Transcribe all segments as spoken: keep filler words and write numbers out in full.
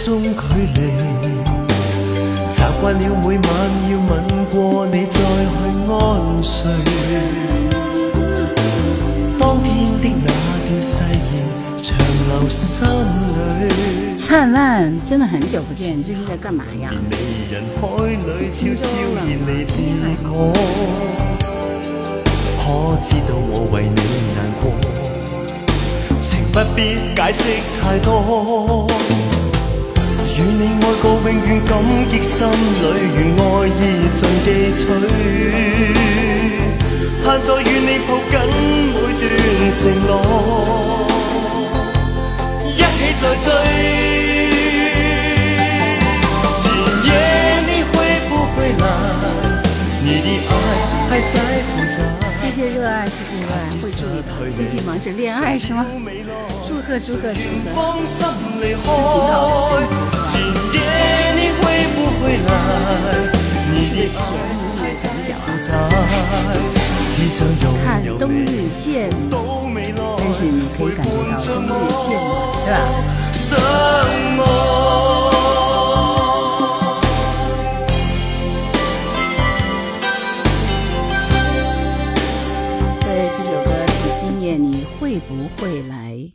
中距离，习惯了每晚要吻过你再去安睡。当天的那段誓言长留心里。 灿烂，真的很久不见，最近在干嘛呀？ 人海里悄悄然离别我，可知道我为你难过，情不必解释太多。與你愛過永遠感激心裏，如愛意盡記取，盼再與你抱緊每段承諾，一起再追。今夜你會不會來？你的愛還在複雜。 謝謝熱愛，謝謝熱愛，會注意的。最近忙着戀愛是嗎？祝賀祝賀祝賀！ 放心離開。今夜你會不會來？你的愛還在複雜。只想擁有你。看冬日見，但是你可以感覺到冬日見嘛，對吧？ 对，这首歌是今夜你會不會來？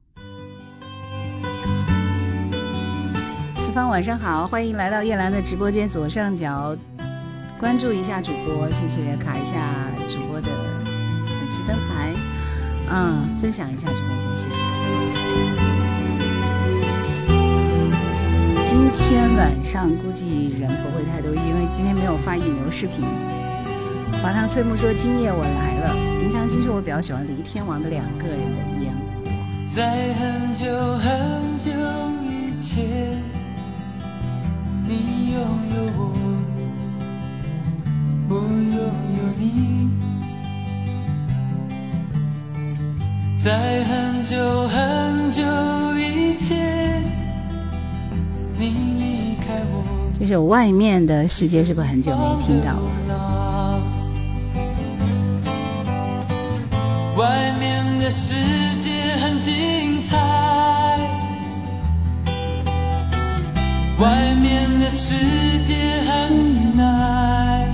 四方晚上好，歡迎來到葉蘭的直播間，左上角關注一下主播，謝謝，卡一下主播的粉絲燈牌，嗯，分享一下直播間，謝謝。今天晚上估計人不會太多，因為今天沒有發引流視頻。華堂翠木說今夜我來了，平常心說我比較喜歡黎天王的兩個人的煙火。 在很久很久以前你擁有我，我擁有你，在很久很久以前你離開我。 這首外面的世界是不是很久沒聽到了？ 外面的世界很精彩，外面的世界很无奈。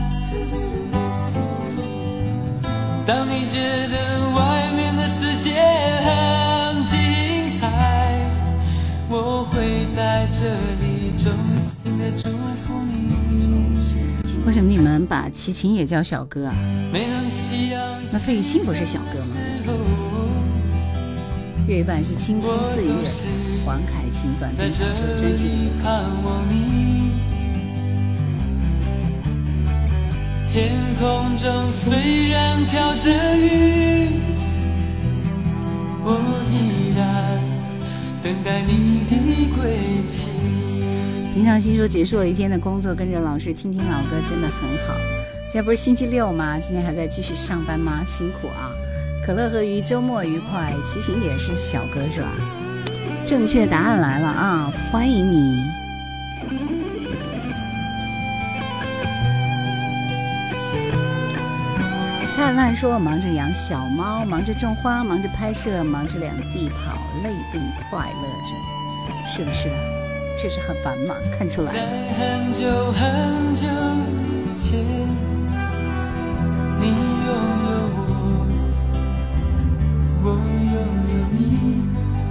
当你觉得外面的世界很精彩，我会在这里衷心的祝福你。 为什么你们把齐秦也叫小哥啊？那费玉清不是小哥吗？粤语版是《青青岁月》，黄凯芹短篇小说专辑的歌。 天空中虽然飘着雨，我依然等待你的归期。 平常心说结束了一天的工作，跟着老师听听老歌真的很好。今天不是星期六吗？今天还在继续上班吗？辛苦啊！可乐和鱼周末愉快。齐秦也是小哥是吧？正确答案来了啊！欢迎你。灿烂说忙着养小猫，忙着种花，忙着拍摄，忙着两地跑，累并快乐着。是的是的，确实很繁忙，看出来。 在很久很久以前你拥有我，我拥有你，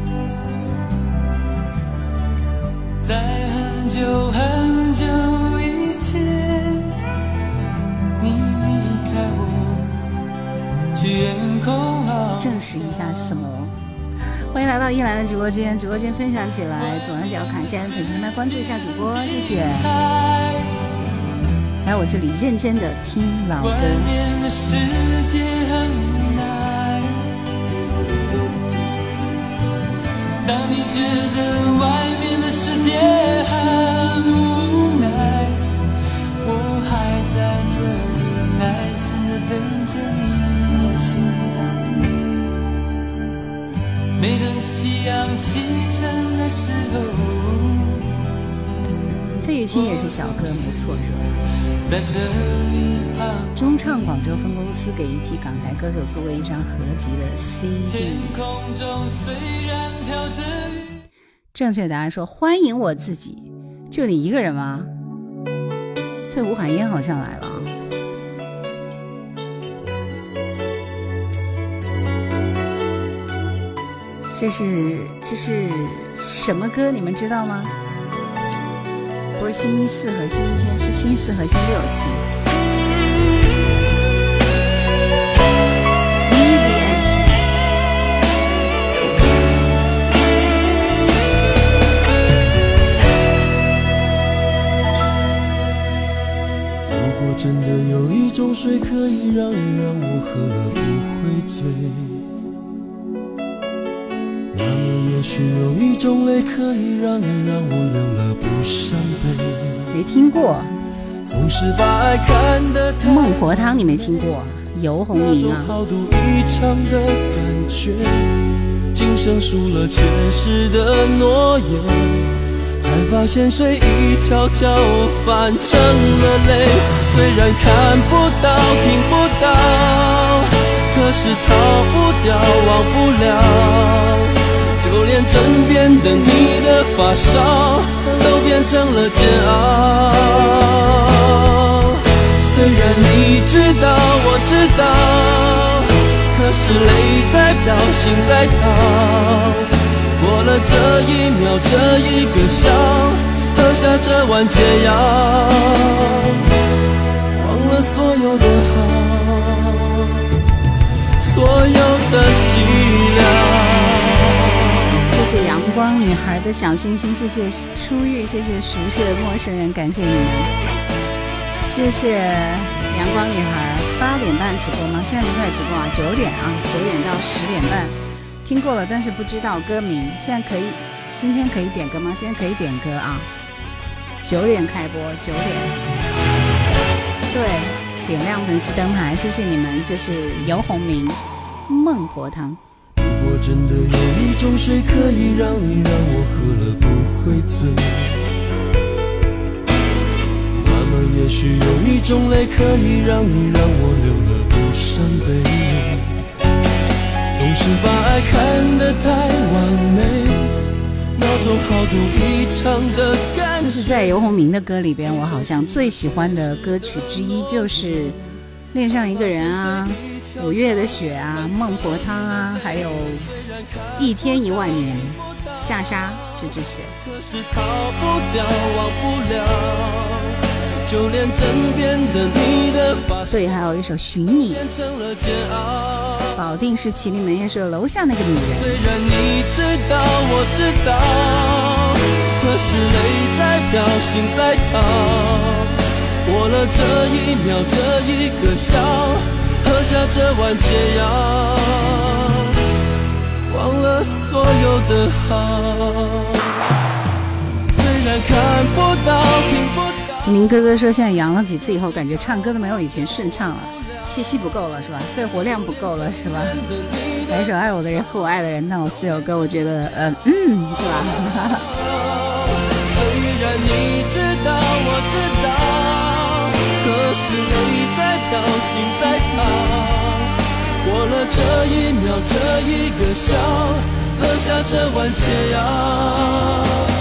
在很久很久以前你离开我，去远空翱翔。 证实一下什么？欢迎来到一兰的直播间，直播间分享起来，左上角看一下粉丝们，关注一下主播，谢谢。来我这里认真的听老歌。 外面的世界很无奈，当你觉得外面的世界很无奈，我还在这里耐心的等着你。每当夕阳西沉的时候， 费玉清也是小哥，没错是吧？ 在这里中唱广州分公司给一批港台歌手做过一张合集的 C D。 正确答案说欢迎我自己，就你一个人吗？翠湖海烟好像来了啊。这是这是什么歌？你们知道吗？不是星期四和星期天，是星期四和星期六期。 如果真的有一种水可以让让我喝了不会醉，那么也许有一种泪可以让让我流了不伤悲。 没听过。 总是把爱看得太孟婆汤你没听过？游鸿明啊。 豪赌一场的感觉，今生输了前世的诺言，才发现水已悄悄泛成了泪。虽然看不到听不到，可是逃不掉忘不了，就连枕边的你的发梢都变成了煎熬。虽然你知道我知道，可是泪在飙心在逃，过了这一秒这一个笑，喝下这碗解药，忘了所有的好，所有的寂寥。 谢谢阳光女孩的小星星，谢谢初遇，谢谢熟悉的陌生人，感谢你们，谢谢阳光女孩。八点半直播吗？现在就开始直播啊，九点啊，九点到十点半。听过了，但是不知道歌名。现在可以，今天可以点歌吗？现在可以点歌啊。九点开播，九点。对，点亮粉丝灯牌，谢谢你们。这是游鸿明《孟婆汤》。 如果真的有一种水可以让你让我喝了不会醉，那么也许有一种泪可以让你让我流了不伤悲。总是把爱看得太完美，那种豪赌一场的感觉。 就是在游鸿明的歌里边，我好像最喜欢的歌曲之一就是《恋上一个人》啊，《五月的雪》啊，《孟婆汤》啊，还有《一天一万年》、《下沙》，就这些。 可是逃不掉忘不了，就连枕边的你的发对，还有一首《寻你》，保定是麒麟门夜说楼下那个女人。 虽然你知道我知道，可是泪在飙心在逃，过了这一秒这一个笑，喝下这碗解药，忘了所有的好。虽然看不到听不到。 明哥哥说现在阳了几次以后，感觉唱歌都没有以前顺畅了，气息不够了是吧？肺活量不够了是吧？来一首爱我的人和我爱的人，那我这首歌我觉得呃嗯是吧？ 虽然你知道我知道，可是泪在飙心在逃，过了这一秒这一个笑，喝下这碗解药。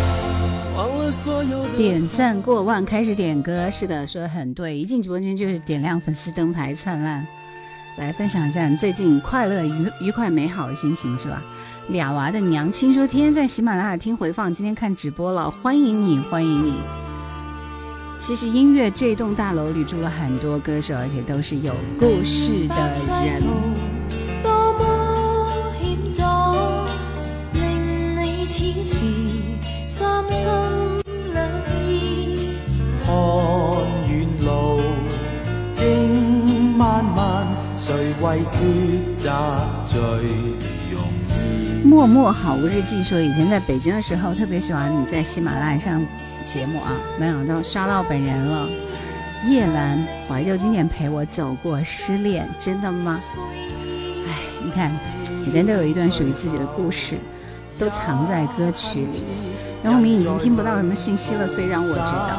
点赞过万，开始点歌。是的，说得很对，一进直播间就是点亮粉丝灯牌灿烂。来分享一下你最近快乐愉愉快美好的心情是吧？俩娃的娘亲说天天在喜马拉雅听回放，今天看直播了，欢迎你欢迎你。其实音乐这栋大楼里住了很多歌手，而且都是有故事的人。 多麼險阻，令你此時三心兩意。 看遠路經漫漫，誰為抉擇最容易？ 默默好无日记说，以前在北京的时候特別喜歡你在喜馬拉雅上節目啊，沒想到刷到本人了。葉蘭懷舊經典陪我走過失戀，真的嗎？唉，你看每個人都有一段屬於自己的故事，都藏在歌曲裡。然後你已經聽不到什麼信息了，雖然我知道。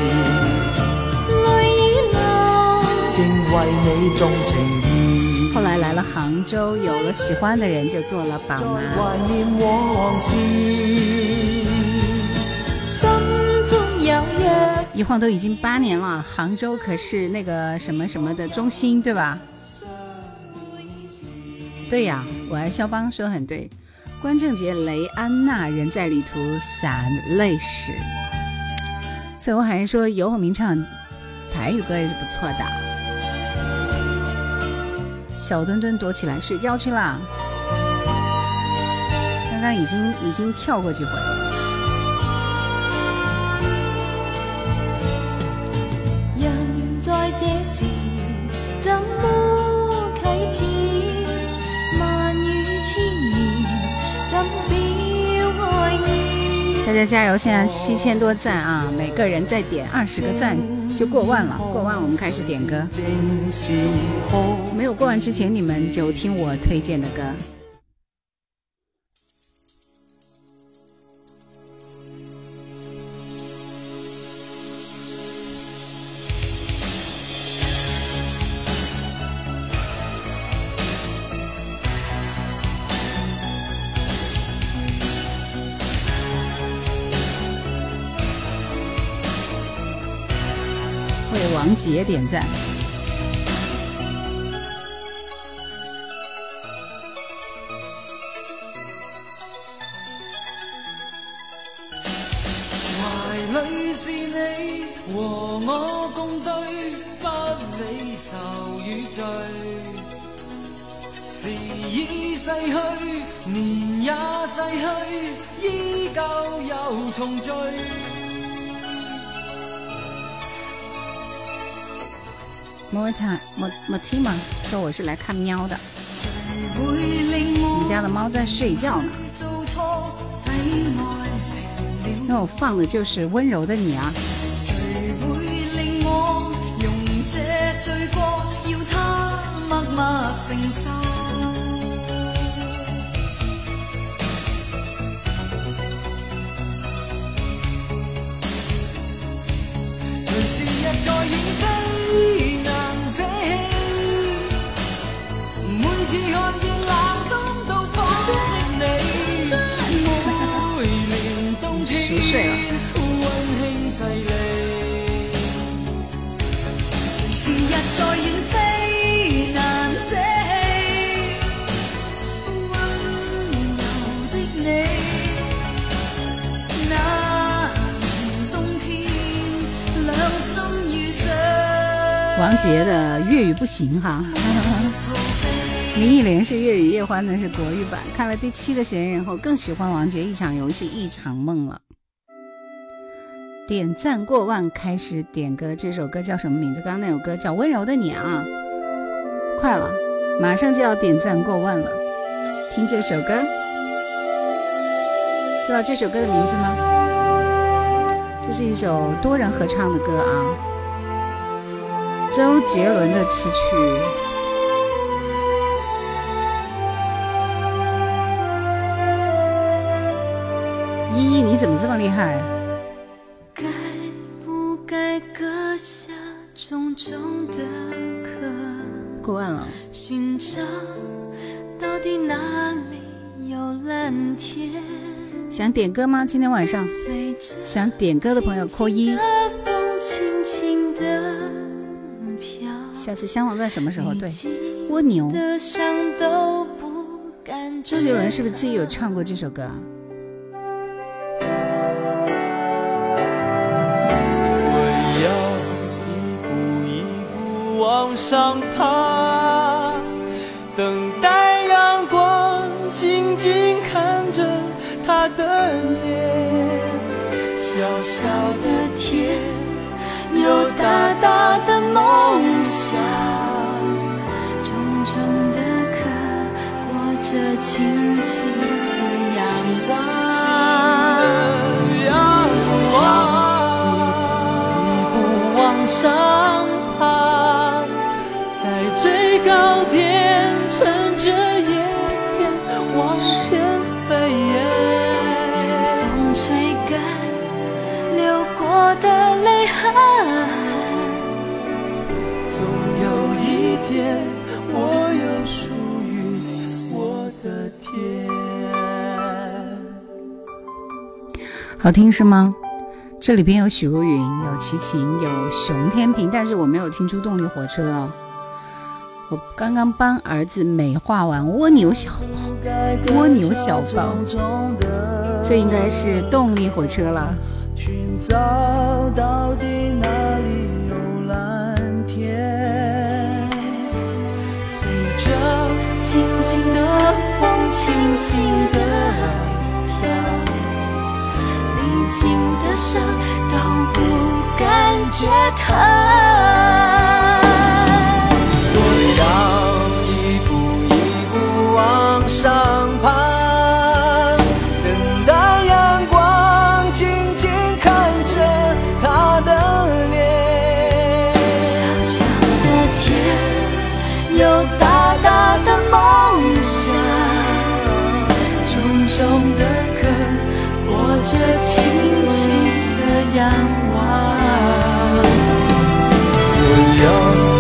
後來来了杭州，有了喜欢的人就做了宝妈。一晃都已经八年了，杭州可是那个什么什么的中心，对吧？对呀，我爱肖邦说很对。关正杰、雷安娜人在旅途，洒泪史。最后还是说游鸿明唱台语歌也是不错的。小墩墩躲起来睡觉去了，刚刚已经已经跳过几回。 人在这时怎么启齿？万语千言怎表爱意？ 大家加油！现在七千多赞啊，每个人再点二十个赞就过万了。过万我们开始点歌。没有过万之前，你们就听我推荐的歌。为王杰点赞。 懷裏是你和我共對，不理愁與醉。時已逝去，年也逝去，依舊又重聚。 莫塔莫莫提玛说我是来看喵的，你家的猫在睡觉呢。因为我放的就是温柔的你啊。谁会令我用這罪過，要他默默承受。隨時日在遠飛難捨棄，每次看見冷冬到訪的你，每年冬天溫馨細膩。隨時日在遠飛難捨棄，溫柔的你，那年冬天兩心遇上。王杰的粤语不行哈，林忆莲是粤语，叶欢呢是国语版。看了第七个嫌疑人后，更喜欢王杰一场游戏一场梦了。点赞过万，开始点歌。这首歌叫什么名字？刚刚那首歌叫《温柔的你》啊，快了，马上就要点赞过万了。听这首歌，知道这首歌的名字吗？这是一首多人合唱的歌啊，周杰伦的词曲。依依，你怎么这么厉害？该不该割下重重的壳？过万了。寻找到底哪里有蓝天？想点歌吗？今天晚上想点歌的朋友扣一。下次相逢在什么时候？对，蜗牛。周杰伦是不是自己有唱过这首歌啊？ 往上爬，等待阳光，静静看着他的脸，小小的天，有大大的梦想，重重的壳，裹着轻轻的阳光，阳光，一步往上爬，最高点乘着叶片往前飞跃，任风吹干流过的泪痕，总有一天我又属好听是吗？这里边有许茹芸，有齐秦，有熊天平，但是我没有听出动力火车哦。我刚刚帮儿子美化完蜗牛小包，蜗牛小包，这应该是动力火车了。 寻找到底哪里有蓝天，随着轻轻的风轻轻的飘，历经的伤都不感觉疼。我要一步一步往上爬，等待阳光静静看着他的脸。小小的天，有大大的梦想，重重的壳，裹着轻轻的仰望。我要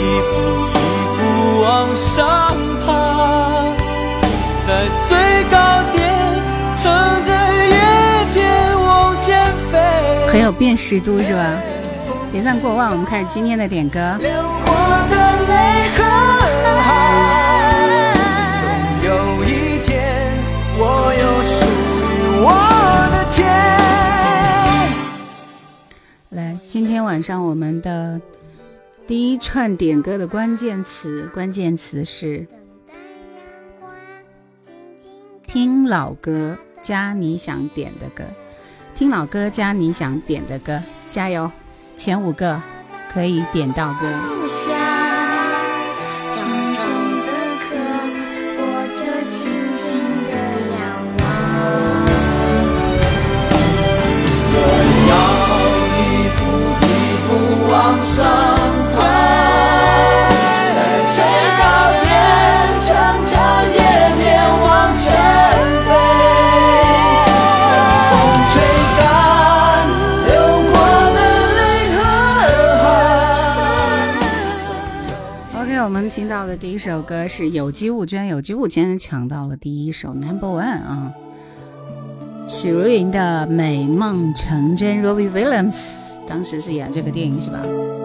往上爬，在最高点乘着叶片往前飞， 很有辨识度是吧？别让过忘，我们开始今天的点歌。 流过的泪和汗，总有一天我有属于我的天。 来，今天晚上我们的第一串点歌的关键词，关键词是听老歌加你想点的歌，听老歌加你想点的歌，加油！前五个可以点到歌。 往上爬，在最高点乘着叶片往前飞，风吹干流过的泪和汗。 OK， 我们听到的第一首歌是有机物捐，有机物捐抢到了第一首 Number One 啊，许茹芸的《美梦成真》 Robbie Williams当时是演这个电影是吧？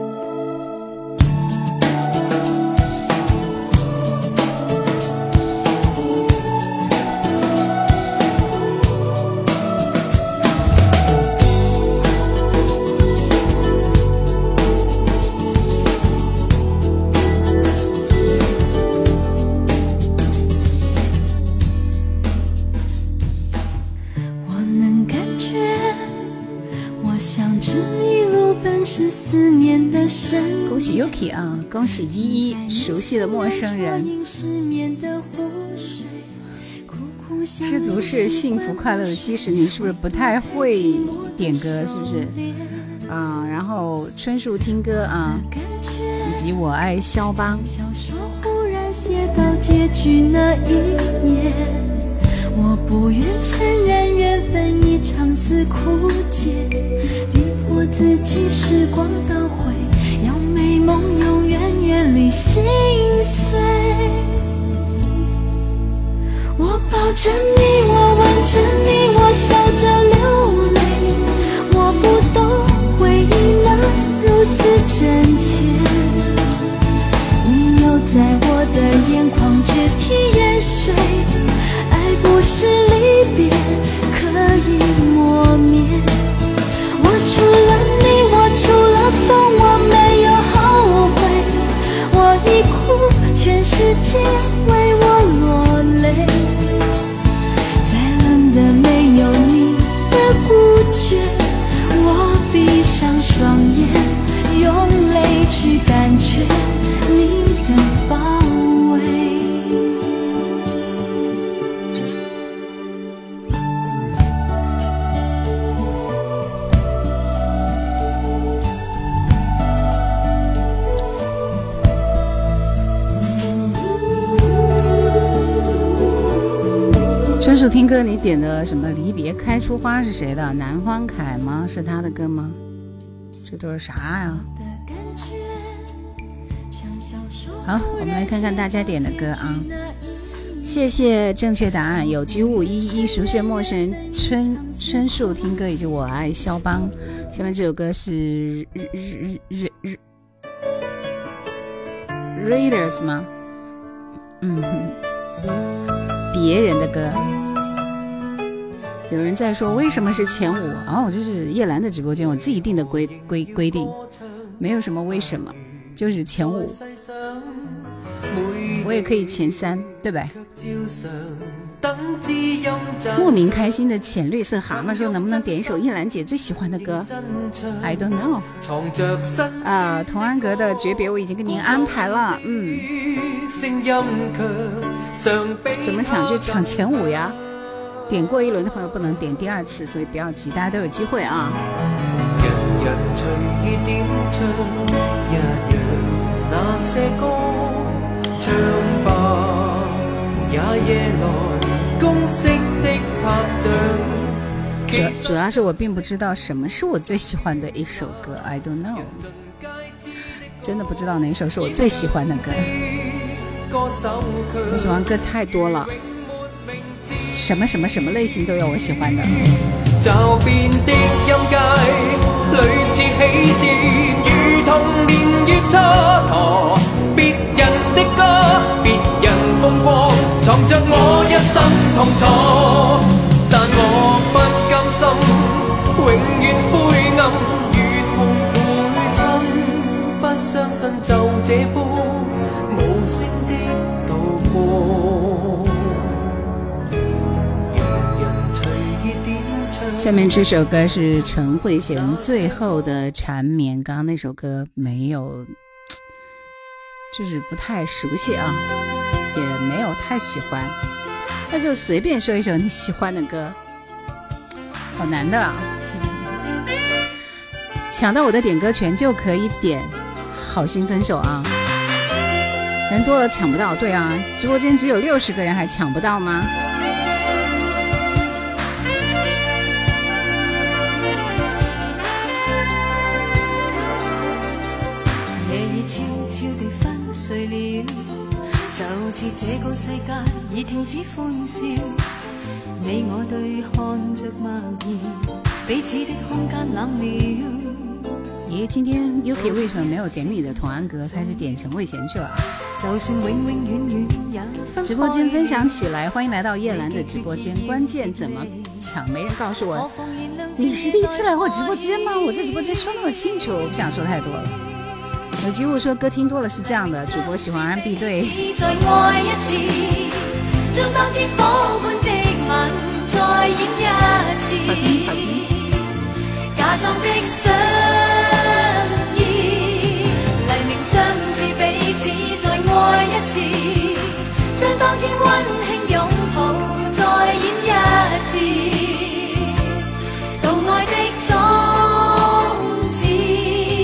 恭喜 Yuki 啊！恭喜依依，熟悉的陌生人。失足是幸福快乐的基石，你是不是不太会点歌？是不是？啊，然后春树听歌啊，以及我爱肖邦。小说忽然写到结局那一页，我不愿承认缘分已长似枯竭，逼迫自己时光倒回。美梦永远远离心碎，我抱着你，我吻着你，我笑着流泪，我不懂回忆能如此真切，你又在我的眼眶决堤淹水，爱不是离别可以磨灭，我除了你，我除了风，我没有后悔，我已哭，全世界为我落泪，再冷的没有你的孤绝，我闭上双眼，用泪去感觉你的包围。专属听歌，你点的什么离别开出花是谁的？南方凯吗？是他的歌吗？这都是啥呀？好，我们来看看大家点的歌啊。 谢谢正确答案，有机物一一熟悉的陌生人春春树听歌以及我爱肖邦。下面这首歌是日日日日 Readers 吗？嗯，别人的歌。有人在说为什么是前五？哦，这是叶兰的直播间我自己定的规规规定，没有什么为什么，就是前五。我也可以前三，对吧？莫名开心的浅绿色蛤蟆说，能不能点一首叶兰姐最喜欢的歌 ？I don't know。啊、呃，童安格的诀别我已经跟您安排了，嗯。怎么抢就抢前五呀？点过一轮的朋友不能点第二次，所以不要急，大家都有机会啊。人人隨意點唱一樣那些歌，唱吧也夜來公式的拍掌。主主要是我並不知道什麼是我最喜歡的一首歌 I don't know， 真的不知道哪首是我最喜歡的歌。我喜歡歌太多了，什麼什麼什麼類型都有我喜歡的。驟變的音階類似起點，如同年月蹉跎，別人的歌別人風光，藏着我一生痛楚，但我不甘心永遠灰暗，如同陪襯，不相信就這般無聲的度過。下面这首歌是陈慧娴最后的缠绵，刚刚那首歌没有，就是不太熟悉啊，也没有太喜欢，那就随便说一首你喜欢的歌，好难的啊！抢到我的点歌权就可以点好心分手啊，人多了抢不到，对啊，直播间只有六十个人还抢不到吗？悄悄地分碎了，就似這個世界已停止歡笑，你我對看着默然，彼此的空間冷了。咦，今天 Yuki 為什麼沒有點你的童安格，開始點陳慧嫻去了？就算永永遠遠也分開。直播間分享起來，歡迎來到葉蘭的直播間。關鍵怎麼搶？沒人告訴我。你是第一次來我直播間嗎？我在直播間說那麼清楚，我不想說太多了。有機會說歌聽多了是這樣的，主播喜歡 R and B 對。再愛一次，將當天火般的吻再演一次，假裝的相依，黎明將至彼此再愛一次，將當天溫馨擁抱再演一次，到愛的終止。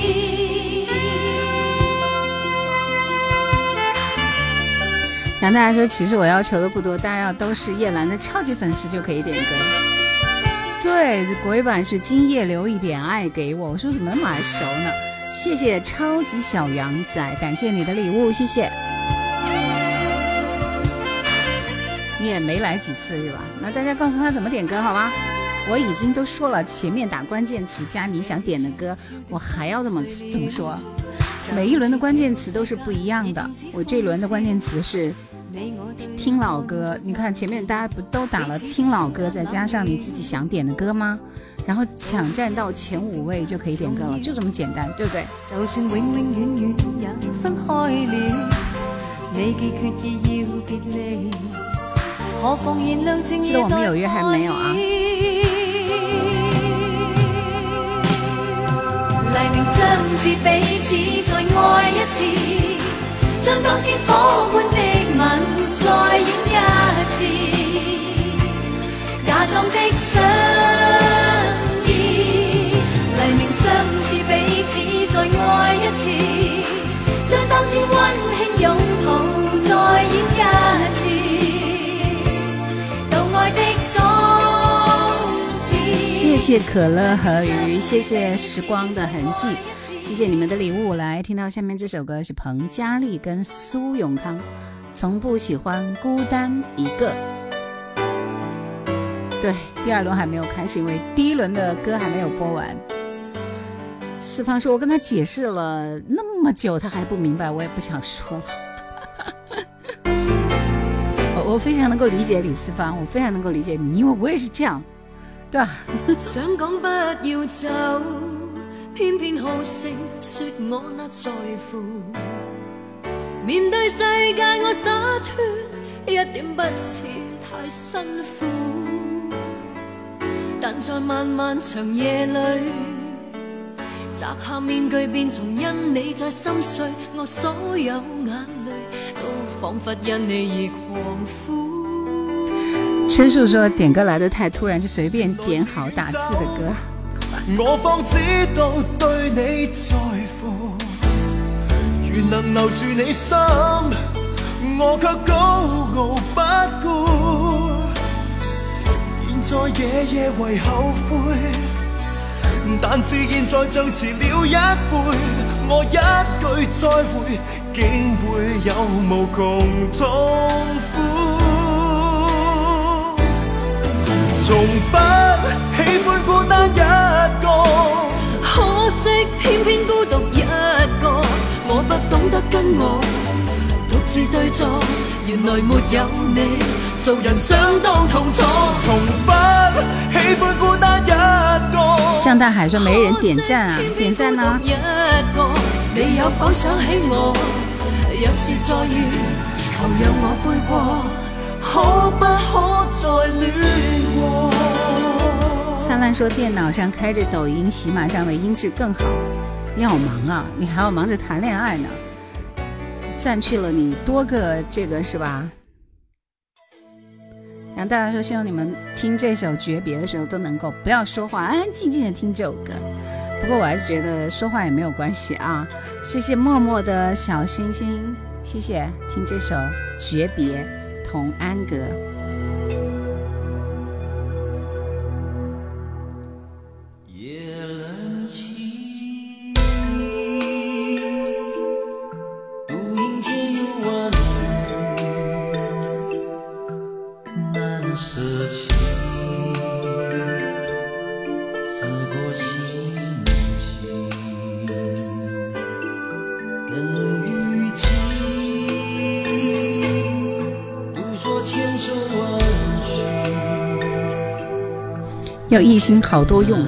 杨大家说，其实我要求的不多，大家要都是叶兰的超级粉丝就可以点歌。对，国语版是今夜留一点爱给我。我说怎么那么耳熟呢？谢谢超级小羊仔，感谢你的礼物，谢谢。你也没来几次是吧？那大家告诉他怎么点歌好吗？我已经都说了，前面打关键词加你想点的歌，我还要怎么怎么说？每一轮的关键词都是不一样的。我这轮的关键词是听老歌，你看前面大家不都打了听老歌，再加上你自己想点的歌吗？然后抢占到前五位就可以点歌了，就这么简单，对不对？就算永永遠遠也分開了，你既決意要別離，何妨燃亮正夜待愛。記得我們有約還沒有啊？黎明將至彼此再愛一次，將當天火般的吻再演一次，假裝的相依，黎明將至彼此再愛一次，將當天溫馨擁抱再演一次，到愛的終止。謝謝可樂和魚，謝謝時光的痕跡，謝謝你們的禮物。來聽到下面這首歌是彭嘉麗跟蘇永康从不喜欢孤单一个。对，第二轮还没有开始，因为第一轮的歌还没有播完。四方说我跟他解释了那么久他还不明白，我也不想说了。我, 我非常能够理解李四方，我非常能够理解你，因为我也是这样，对吧？ 想講不要走，偏偏好勝說我那在乎，面對世界我灑脫，一點不似太辛苦，但在漫漫長夜裏摘下面具，便從因你在心碎，我所有眼淚都彷彿因你而狂呼。 申樹說點歌來得太突然，就隨便點好打字的歌。 我方知道對你在乎，如能留住你心，我卻高傲不顧，現在夜夜為後悔，但是現在像遲了一倍，我一句再會，竟會有無窮痛苦。從不喜歡孤單一個， 可惜偏偏孤獨一個，我不懂得跟我獨自對坐，原來沒有你，做人相當痛楚。 從不喜歡孤單一個。 向大海說沒人點讚啊，點讚呢？ 一個，你有否想起我？若是再遇，求讓我悔過，可不可再戀過？ 灿爛說電腦上開着抖音，喜馬上的音質更好。你好忙啊，你還要忙着談戀愛呢，佔據了你多個這個是吧？然後大家說希望你們聽這首訣別的時候都能夠不要說話，安安靜靜的聽這首歌。不過我還是覺得說話也沒有關係啊。謝謝默默的小星星，謝謝。聽這首訣別童安格。要一心好多用。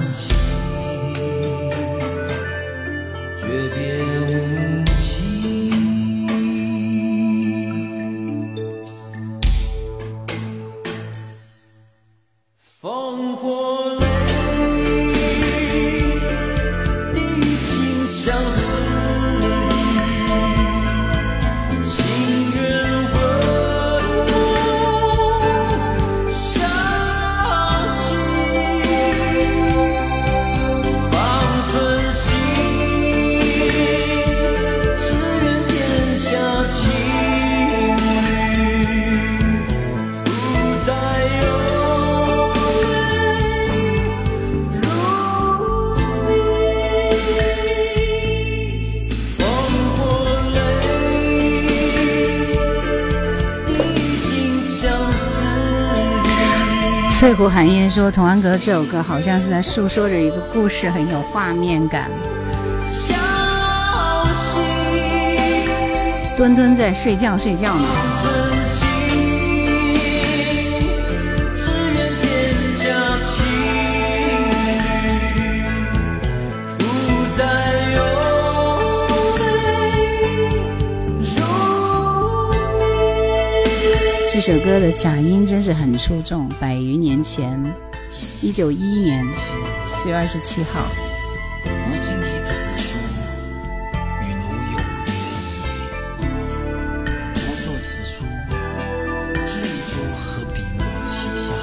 翠湖寒烟说童安格这首歌好像是在诉说着一个故事，很有画面感。墩墩在睡觉睡觉呢。这首歌的假音真是很出众，百余年前，一九一一年四月二十七号。 如今以此书与奴有别意，不作此书，泪珠何必抹其下？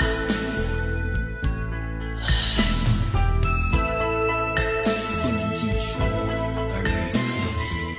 不能尽书而与客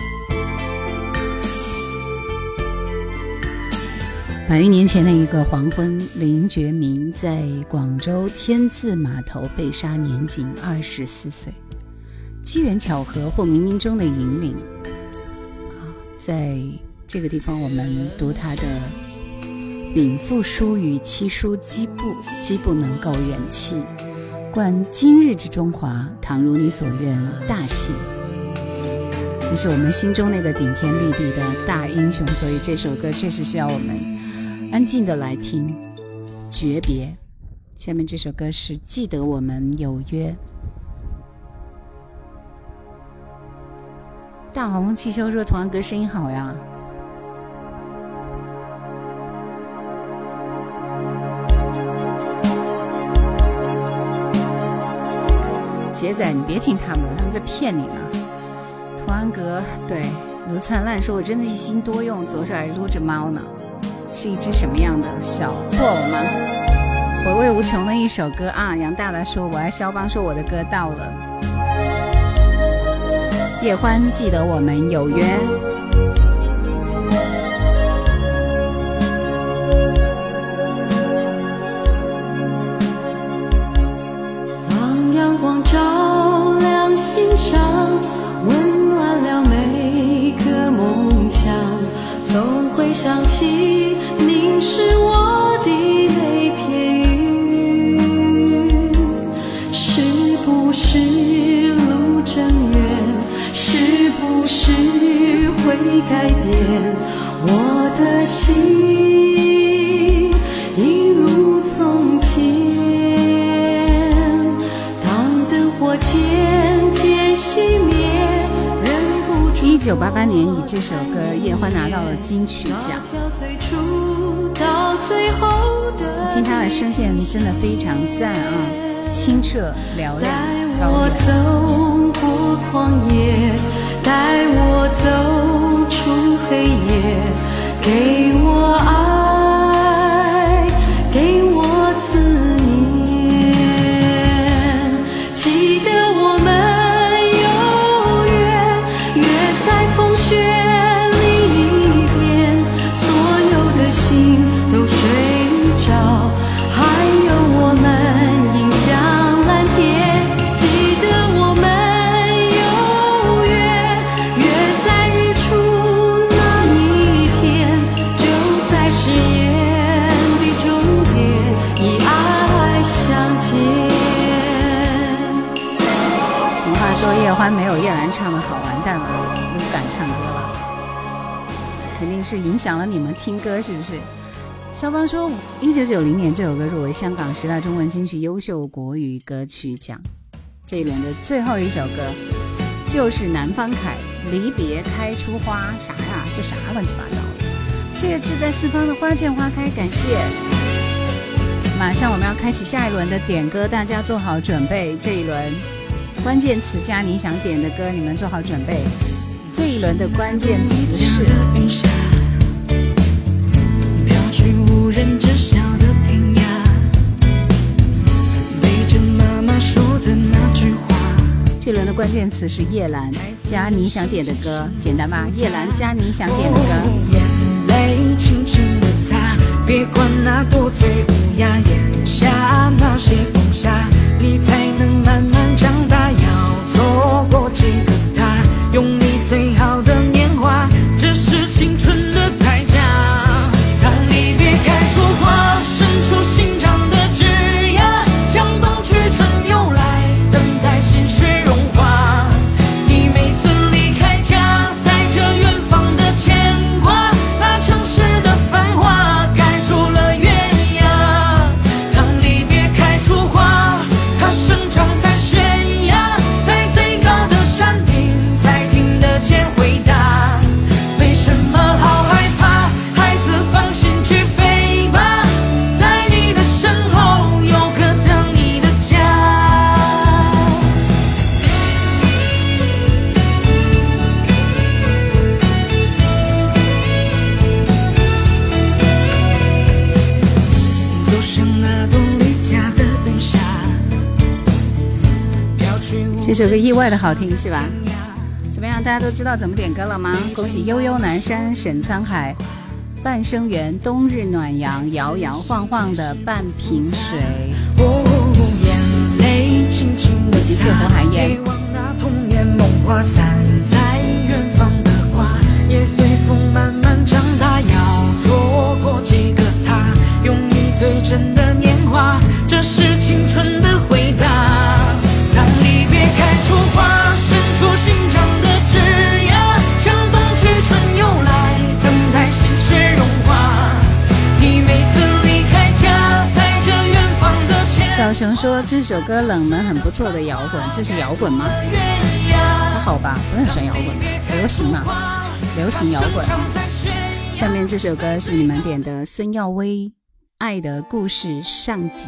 别。 百余年前的一个黄昏，林觉民在广州天字码头被杀，年仅二十四岁。机缘巧合或冥冥中的引领，在这个地方我们读他的禀赋书与七书机不机不能够忍气，冠今日之中华，倘如你所愿大幸。这是我们心中那个顶天立地的大英雄，所以这首歌确实需要我们安静的来听。诀别，下面这首歌是记得我们有约。大红气球说童安哥声音好呀。杰仔，你别听他们，他们在骗你呢。童安格，对，卢灿烂说：“我真的一心多用，左手还撸着猫呢，是一只什么样的小破偶吗？”回味无穷的一首歌啊！杨大大说：“我爱肖邦。”说我的歌到了。叶欢，记得我们有约。 照亮心上，温暖了每个梦想，总会想起凝视我的泪片云。是不是路正远？是不是会改变我的心？一如从前。 一九八八年以这首歌叶欢拿到了金曲奖，听他的声线真的非常赞啊，清澈嘹亮高雅。带我走过旷野，带我走出黑夜，给我爱，给我思念，记得我们都睡着，还有我们迎向蓝天。记得我们有约，约在日出那一天，就在誓言的终点，以爱相见。俗话说叶欢没有叶兰唱的好，完蛋了，我不敢唱歌了，肯定是影响了你们听歌，是不是？肖邦说一九九零年这首歌入围香港十大中文金曲优秀国语歌曲奖。这一轮的最后一首歌就是南方凯离别开出花。啥呀，这啥乱七八糟的。谢谢志在四方的花见花开，感谢。马上我们要开启下一轮的点歌，大家做好准备。这一轮关键词加你想点的歌，你们做好准备。这一轮的关键词是无人知晓的天涯，背着妈妈说的那句话。这轮的关键词是叶兰加你想点的歌，简单吧？叶兰加你想点的歌。眼泪轻轻的擦，别管那多醉无涯，眼下那些风沙，你才能慢慢长大。要错过这个他，用你最好的年华，这是青春的代价。离别开出花，伸出心肠的枝桠，像冬去春又来，等待心血融化。你每次离开家，带着远方的牵挂，把城市的繁华盖住了月牙。当离别开出花，它生长在悬崖，在最高的山顶才听得见回答。为什么好害怕？孩子放心去飞吧，在你的身后有个等你的家。走向那朵离家的云霞。这首歌意外的好听是吧？怎么样，大家都知道怎么点歌了吗？恭喜悠悠南山、沈沧海、半生缘、冬日暖阳、摇摇晃晃的半瓶水。哦，眼泪轻轻的擦，别忘那童年梦话，散在远方的花，也随风慢慢长大，要错过这个他，用你最真的年华，这是青春的回答。当离别开出花，伸出心肠的枝桠，像冬去春又来，等待心血融化。你每次离开家，带着远方的牵挂。 小熊说这首歌冷门很不错的摇滚，这是摇滚吗？还好吧，不是很算摇滚，流行嘛，流行摇滚。下面这首歌是你们点的孙耀威《爱的故事上集》。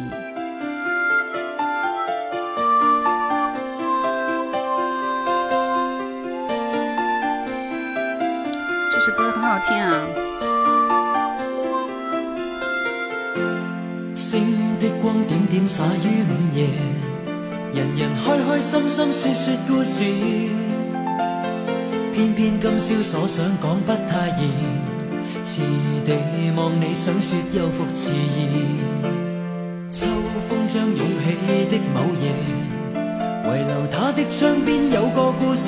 这首歌很好听啊。 星的光點點灑於午夜，人人開開心心說說故事，偏偏今宵所想講不太易，遲地望你想說又復遲疑。秋風將湧起的某夜，遺留他的窗邊有個故事，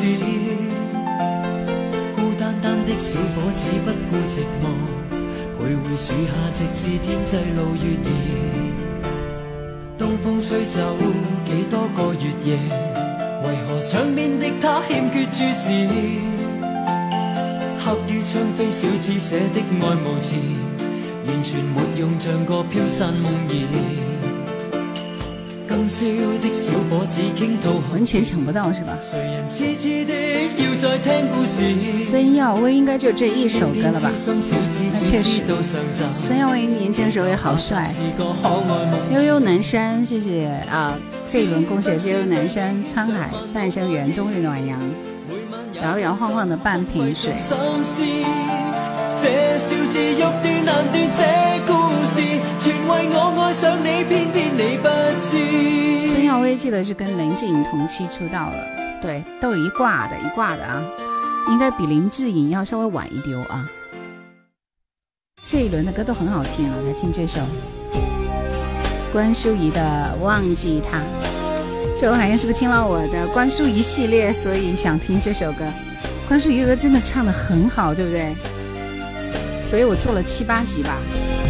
孤單單的小伙子不顧寂寞，徘徊樹下直至天際路越移。東風吹走幾多個月夜，為何窗邊的他欠缺注視？刻於窗扉小字寫的愛無詞，完全沒用，像個飄散夢兒。今宵的小伙子傾吐完全搶不到是吧？ 誰人痴痴的要再聽故事？ 孙耀威應該就這一首歌了吧？那確實，孫耀威年輕的時候也好帥。悠悠南山，謝謝啊！這一輪恭喜是悠悠南山、滄海、半生緣、冬日暖陽、搖搖晃晃的半瓶水。 這笑字欲斷難斷，這故事全為我愛上你，偏偏你不知。 孫耀威記得是跟林志穎同期出道了，對，都有一掛的一掛的啊，應該比林志穎要稍微晚一丟啊。這一輪的歌都很好聽啊，來聽這首關淑怡的《忘記他》。這我好像是不是聽了我的關淑怡系列，所以想聽這首歌。關淑怡的歌真的唱得很好，對不對？所以我做了七八集吧。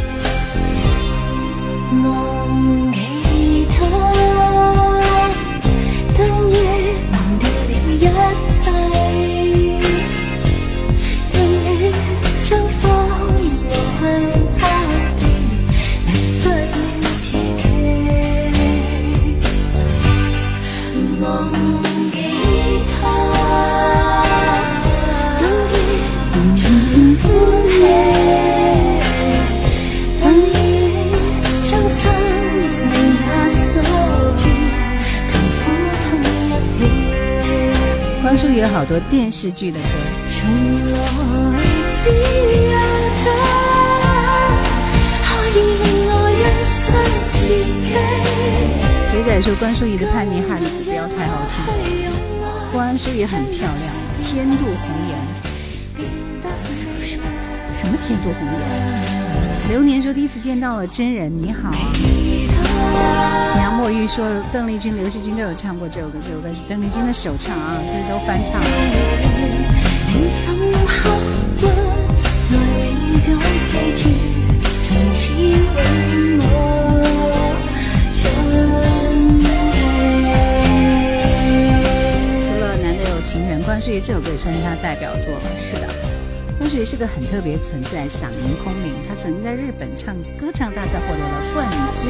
忘記他，等於忘掉了一切，等於將荒蕪向他變，迷失了自己。忘記他，等於完全歡喜。 關淑怡有好多電視劇的歌。仔仔說關淑怡的叛逆漢子不要太好聽。關淑怡很漂亮，天妒紅顏。什麼天妒紅顏？流年說第一次見到了真人，你好。杨墨玉說鄧麗君、劉惜君都有唱過這首歌，這首歌是鄧麗君的首唱啊，這都翻唱了。除了難得有情人，關淑怡這首歌也算是他代表作了。是的，關淑怡是個很特別存在，嗓音空靈，他曾經在日本唱歌唱大賽獲得了冠軍。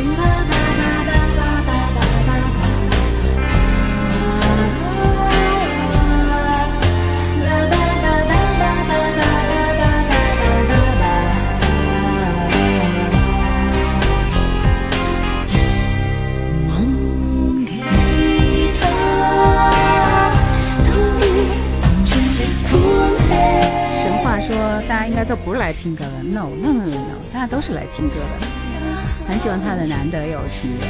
說大家應該都不是來聽歌的 no, no no no no 大家都是來聽歌的，很喜歡他的難得有情人。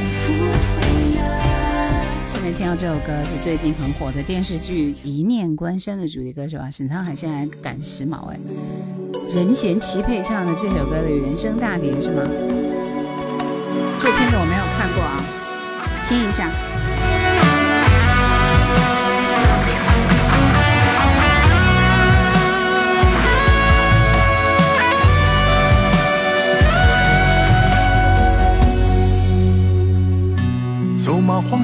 下面聽到這首歌是最近很火的電視劇《一念關山》的主題歌手啊，沈滄海現在趕時髦哎，任賢齊配唱的這首歌的原聲大碟是嗎？這片子我沒有看過啊，聽一下。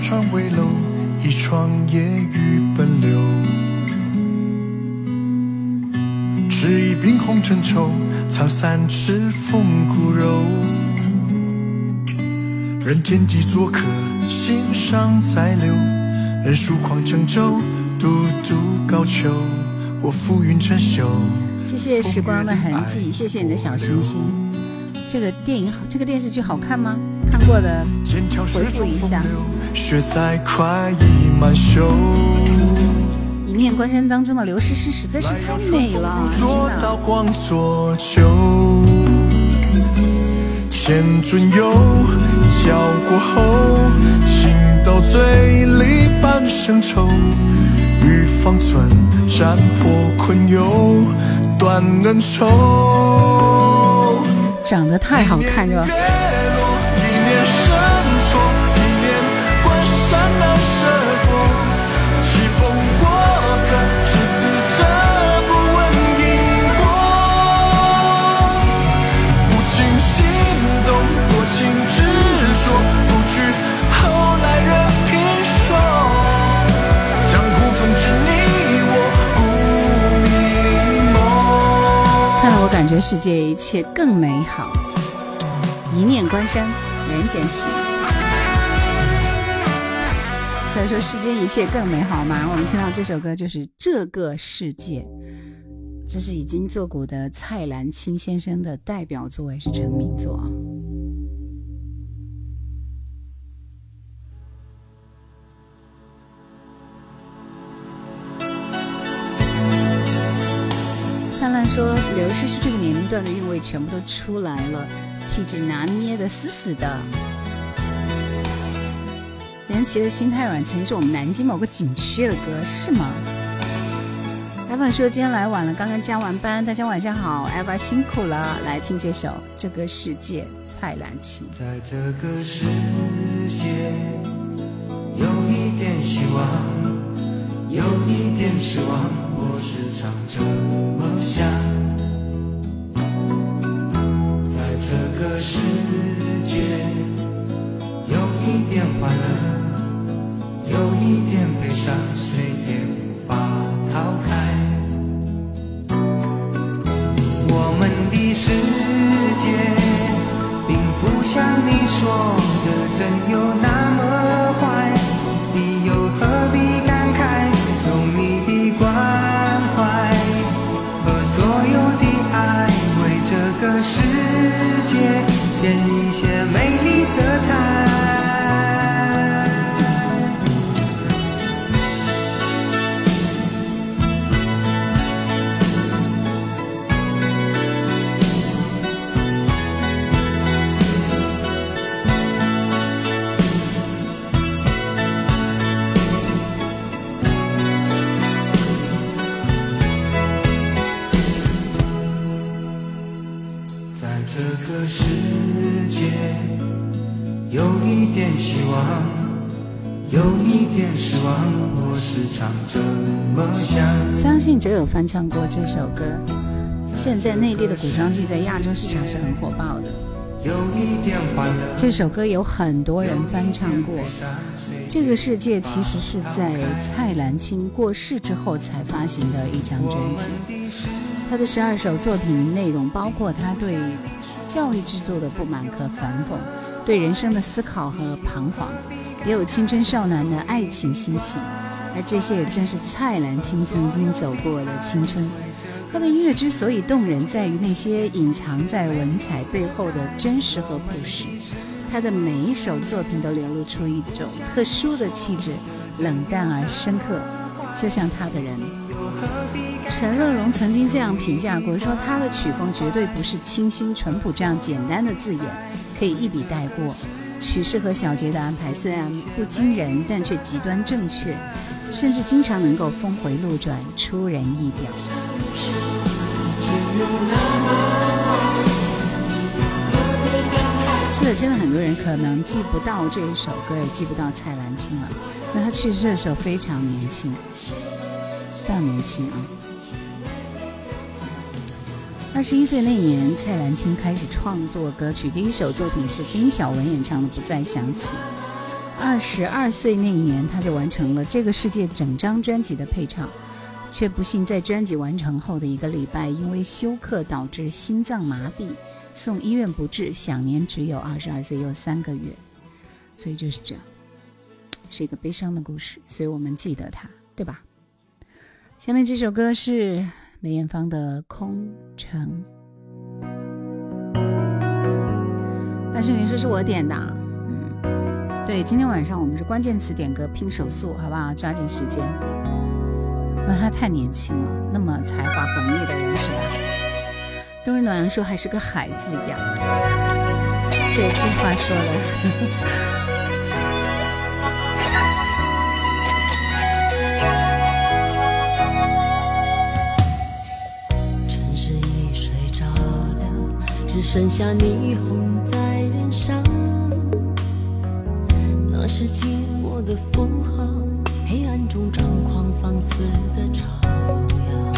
船危楼，一窗夜雨奔流。吃一瓶红尘愁，藏三尺风骨柔。人间几作客，心上再留。任数况乘舟，独渡高丘。过浮云成袖。 谢谢时光的痕迹，谢谢你的小星星。这个电影好，这个电视剧好看吗？看过的回复一下。 雪再快意满袖。 一念关山当中的刘诗诗实在是太美了， 做到光作酒。千樽游，交过后，情到醉里半生愁。欲方寸，斩破困忧，断恩仇。 长得太好看是吧？ 一念生错，一念关山难涉过。棋逢过客，只字者不问因果。无情心动，多情执着，不惧后来人评说。江湖中只你我不迷梦。 看了我感觉世界一切更美好。一念关山，任贤齐。所以说世间一切更美好嘛。我们听到这首歌就是这个世界，这是已经作古的蔡澜清先生的代表作，也是成名作啊。灿烂说刘诗诗这个年龄段的韵味全部都出来了，气质拿捏的死死的。任琦的心太软曾经是我们南京某个景区的歌，是吗？艾爸说今天来晚了，刚刚加完班，大家晚上好，艾爸辛苦了，来听这首《这个世界》，蔡澜清。 在这个世界有一点希望，有一点失望，我时常这么想。在这个世界有一点欢乐，有一点悲伤，谁也无法逃开。我们的世界并不像你说的真有那么坏，你又何必感慨，用你的关怀和所有的爱，为这个世界添一些美丽色彩。世界有一点希望，有一点失望，我时常这么想。 相信哲有翻唱过这首歌，现在内地的古装剧在亚洲市场是很火爆的。 有一点欢乐， 这首歌有很多人翻唱过。这个世界其实是在蔡澜清过世之后才发行的一张专辑。他的十二首作品内容包括他对教育制度的不满和反讽，对人生的思考和彷徨，也有青春少男的爱情心情，而这些也正是蔡澜清曾经走过的青春。他的音乐之所以动人，在于那些隐藏在文采背后的真实和朴实。他的每一首作品都流露出一种特殊的气质，冷淡而深刻，就像他的人。陈乐融曾经这样评价过，说他的曲风绝对不是清新淳朴这样简单的字眼可以一笔带过，曲式和小节的安排虽然不惊人，但却极端正确，甚至经常能够峰回路转，出人意表。是的，真的很多人可能记不到这一首歌，也记不到蔡澜清了。那他去世的时候非常年轻，非常年轻啊！二十一岁那年，蔡澜清开始创作歌曲，第一首作品是丁晓雯演唱的《不再想起》。 二十二岁那一年，他就完成了《这个世界》整张专辑的配唱，却不幸在专辑完成后的一个礼拜，因为休克导致心脏麻痹，送医院不治，享年只有二十二岁又三个月。所以就是这样，是一个悲伤的故事，所以我们记得他，对吧？下面这首歌是梅艳芳的《空城》。大圣云说是我点的，嗯，对，今天晚上我们是关键词点歌拼手速，好不好？抓紧时间。哇，他太年轻了，那么才华横溢的人是吧？冬日暖阳说还是个孩子一样，这这话说的。 城市已睡着了，只剩下霓虹在燃烧，那是寂寞的符号，黑暗中张狂放肆的照耀。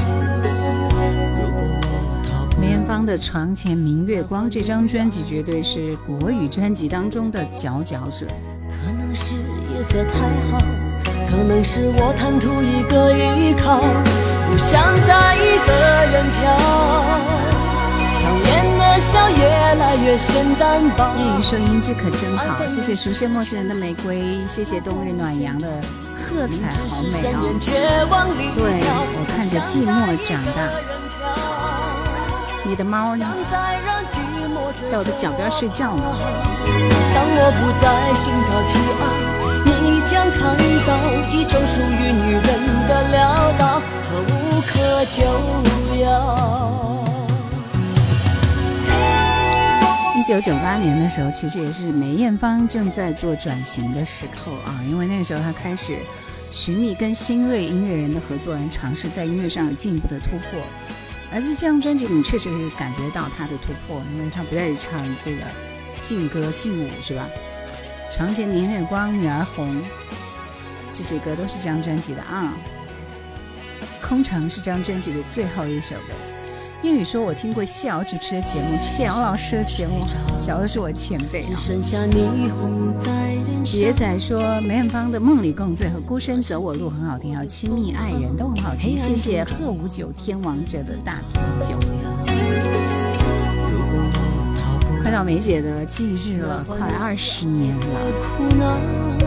梅艳芳的《床前明月光》这张专辑绝对是国语专辑当中的佼佼者。 可能是夜色太好，可能是我贪图一个依靠，不想再一个人飘，强颜的笑越来越显单薄。 叶雨说音质可真好，谢谢熟悉陌生人的玫瑰，谢谢冬日暖阳的喝彩，好美哦。对，我看着寂寞长大。你的猫呢？在我的脚边睡觉呢。 当我不再心高气傲，你将看到一种属于女人的潦倒和无可救药。 一九九八年的时候，其实也是梅艳芳正在做转型的时候啊，因为那个时候她开始寻觅跟新锐音乐人的合作人，尝试在音乐上有进一步的突破。而是这张专辑里确实是感觉到他的突破，因为他不再是唱这个劲歌劲舞，是吧？床前明月光、女儿红，这些歌都是这张专辑的啊。空城是这张专辑的最后一首歌。叶宇说我听过谢瑶主持的节目，谢瑶老师的节目，小的是我前辈啊。杰仔说梅艳芳的梦里共醉和孤身走我路很好听，还有亲密爱人都很好听，谢谢鹤舞九天王者的大啤酒。快到梅姐的忌日了，快二十年了。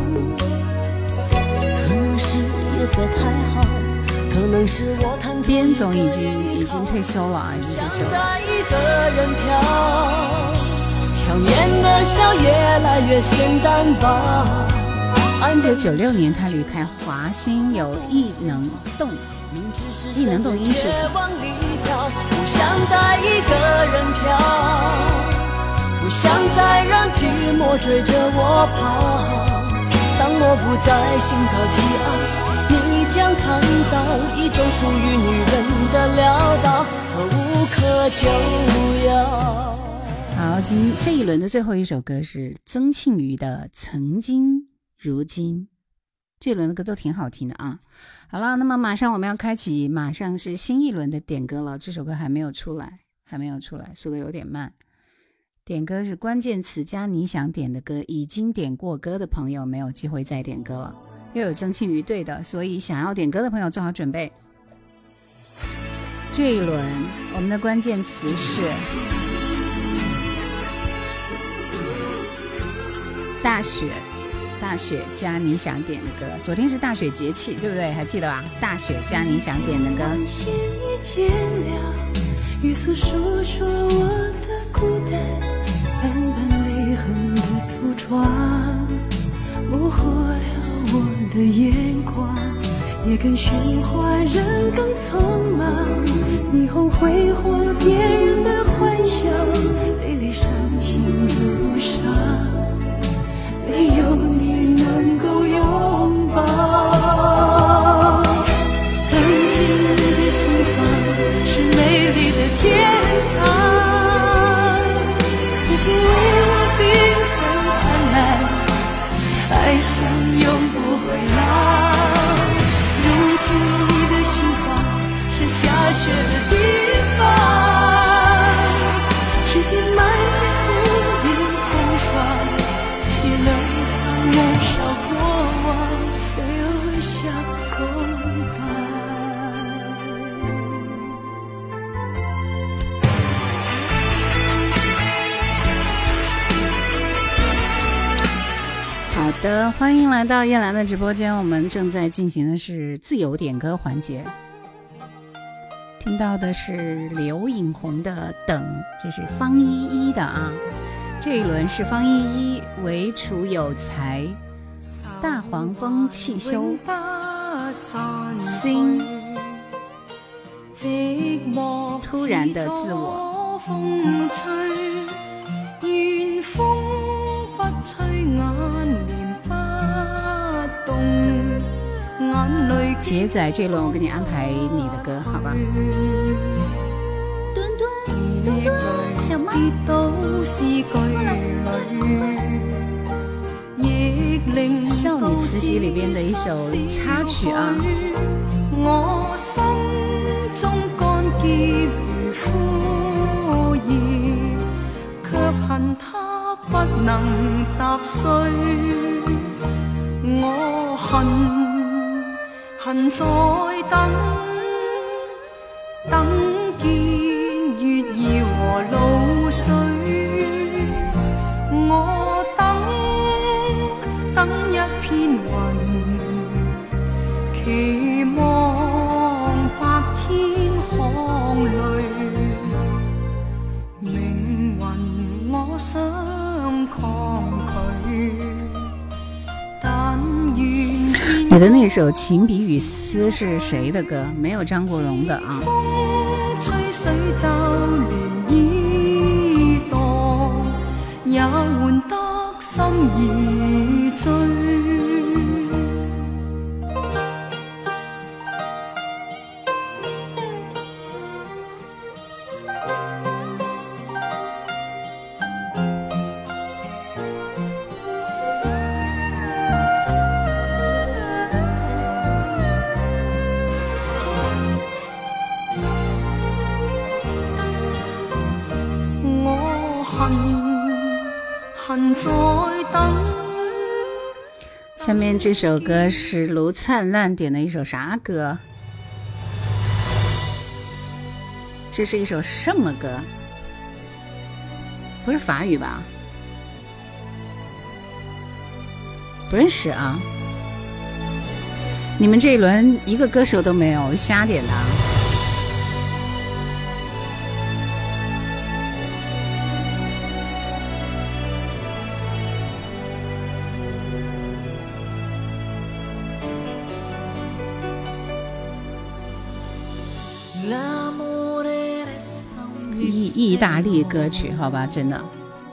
可能是夜色太好，可能是我贪图边总已经已经退休了，已经退休了。 一个人飘，强颜的笑越来越显单薄。 一九九六年，他离开华星，有艺能动，艺能动音视频。 不想再一个人飘，不想再让寂寞追着我跑。当我不再心高气傲，你将看到一种属于女人的潦倒和无可救药。 好，今这一轮的最后一首歌是曾庆瑜的《曾经如今》，这一轮的歌都挺好听的啊。好了，那么马上我们要开启，马上是新一轮的点歌了。这首歌还没有出来，还没有出来，速度有点慢。点歌是关键词加你想点的歌，已经点过歌的朋友没有机会再点歌了。又有曾庆瑜对的，所以想要点歌的朋友做好准备。这一轮我们的关键词是大雪，大雪加你想点的歌。昨天是大雪节气，对不对？还记得吧？大雪加你想点的歌。 雨丝诉说我的孤单，斑斑泪痕的橱窗模糊了我的眼光，也更喧哗，人更匆忙。霓虹挥霍别人的幻想，泪里伤心的路上，没有你能够拥抱。曾经的心房是美丽的天堂，四季为我缤纷灿烂，爱像永不回廊。如今你的心房是下雪的地方，世间漫天无边风霜，也能藏人的，欢迎来到叶兰的直播间，我们正在进行的是自由点歌环节。听到的是刘颖红的等，这是方依依的啊。这一轮是方依依唯楚有才，大黄蜂汽修心突然的自我。 风吹願風不吹眼簾不動眼淚杰仔這輪我給你安排你的歌好吧。墩墩墩墩小貓少女慈禧里邊的一首插曲啊， 我心中乾澀如枯葉，卻恨他不能踏碎。我恨恨再等，等見月兒和露水。我等等一片雲，期望白天淌淚。命運我想抗拒，但願你的那首《情比雨絲》是誰的歌？沒有張國榮的啊。 風吹水就漣漪蕩，也換得心已醉。 下面这首歌是卢灿烂点的一首啥歌？这是一首什么歌？不是法语吧？不认识啊！你们这一轮一个歌手都没有，瞎点的啊。意意大利歌曲，好吧，真的。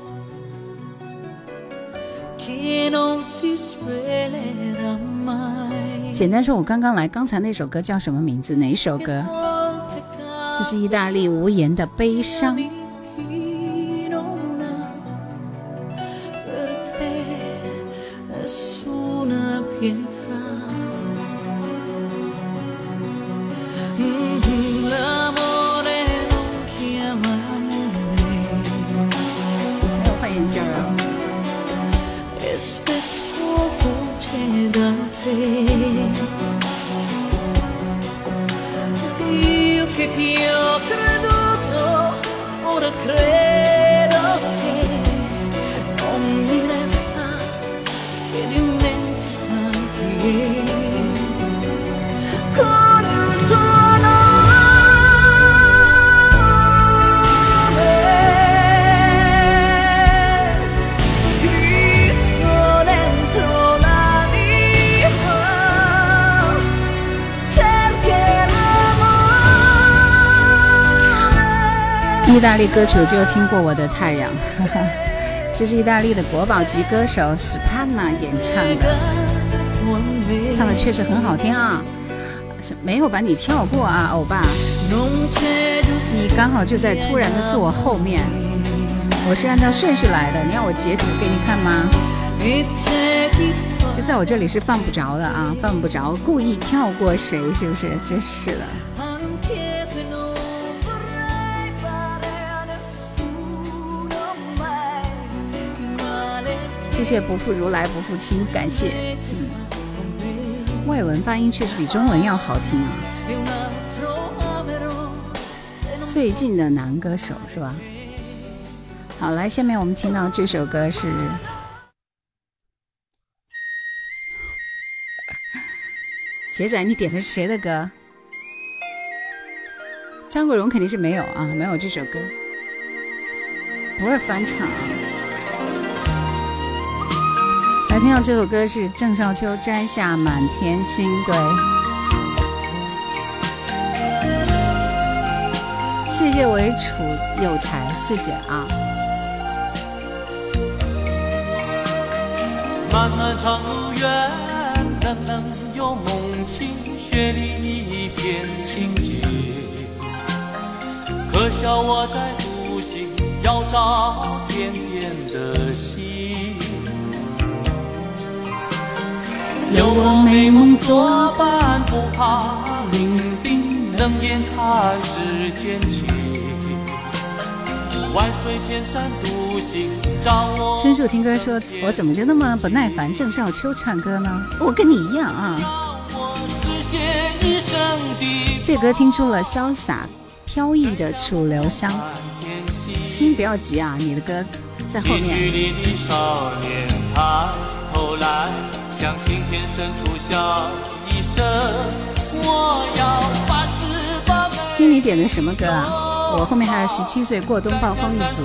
简单说，我刚刚来，刚才那首歌叫什么名字？哪一首歌？这是意大利无言的悲伤。意大利歌曲就听过《我的太阳》，这是意大利的国宝级歌手史帕纳演唱的，唱的确实很好听啊，没有把你跳过啊，欧巴，你刚好就在突然的自我后面，我是按照顺序来的，你要我截图给你看吗？就在我这里是放不着的啊，放不着，故意跳过谁是不是？真是的。谢谢不负如来不负卿，感谢。嗯，外文发音确实比中文要好听啊。最近的男歌手是吧？好，来，下面我们听到这首歌是杰仔，你点的是谁的歌？张国荣肯定是没有啊，没有这首歌，不是翻唱啊。来听到这首歌是郑少秋摘下满天星，对。谢谢为楚有才，谢谢啊。 漫漫长路远，冷冷有梦境，雪里一片清洁。可笑我在独行，要找天边的星。有我美梦作伴，不怕伶仃，冷眼看世间情。万水千山独行，找我。 申树听歌说：“我怎么就那么不耐烦？郑少秋唱歌呢？我跟你一样啊。”这歌听出了潇洒飘逸的楚留香。心不要急啊，你的歌在后面。 少年抬头来，向青天深处笑一声，我要发誓把美。 心里点的什么歌啊？我后面还有十七岁过冬暴风一族。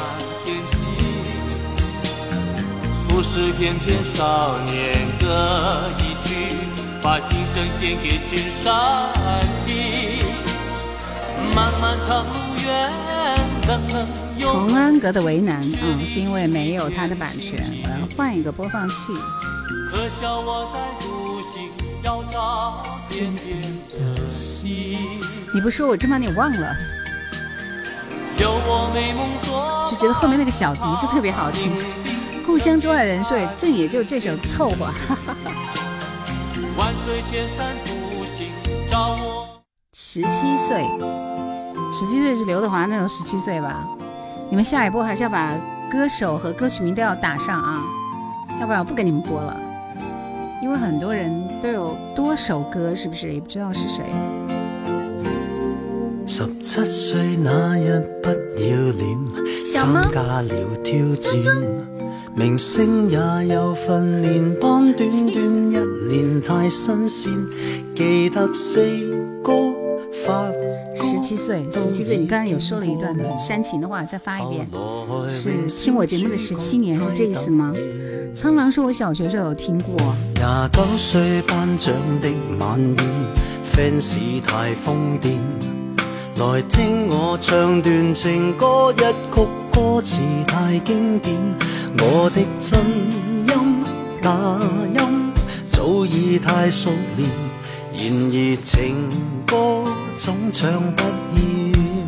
数十片片少年歌一曲，把心声献给群山听。漫漫长路远，冷冷有童安格的为难，嗯，是因为没有他的版权，我要换一个播放器。 可笑我在独行，要找天边的星。 你不说我真把你忘了。 有我美梦做， 就觉得后面那个小笛子特别好听。故乡之外的人说，正也就这首凑合。 万水千山独行，找我。 十七岁，十七岁是刘德华那种十七岁吧？你们下一波还是要把歌手和歌曲名都要打上啊，要不然我不给你们播了。因为很多人都有多首歌，是不是？也不知道是谁。 十七歲那日不要臉，參加了挑戰，明星也有訓練班，短短一年太新鮮，記得四個發。 十七歲，十七歲，你剛剛有說了一段很煽情的話，再發一遍。是聽我節目的十七年，是這意思嗎？蒼狼說我小學就有聽過。 廿九歲頒獎的晚宴 ，fans 太瘋癲。來聽我唱段情歌，一曲歌詞太經典，我的真音假音早已太熟練，然而情歌總唱不厭。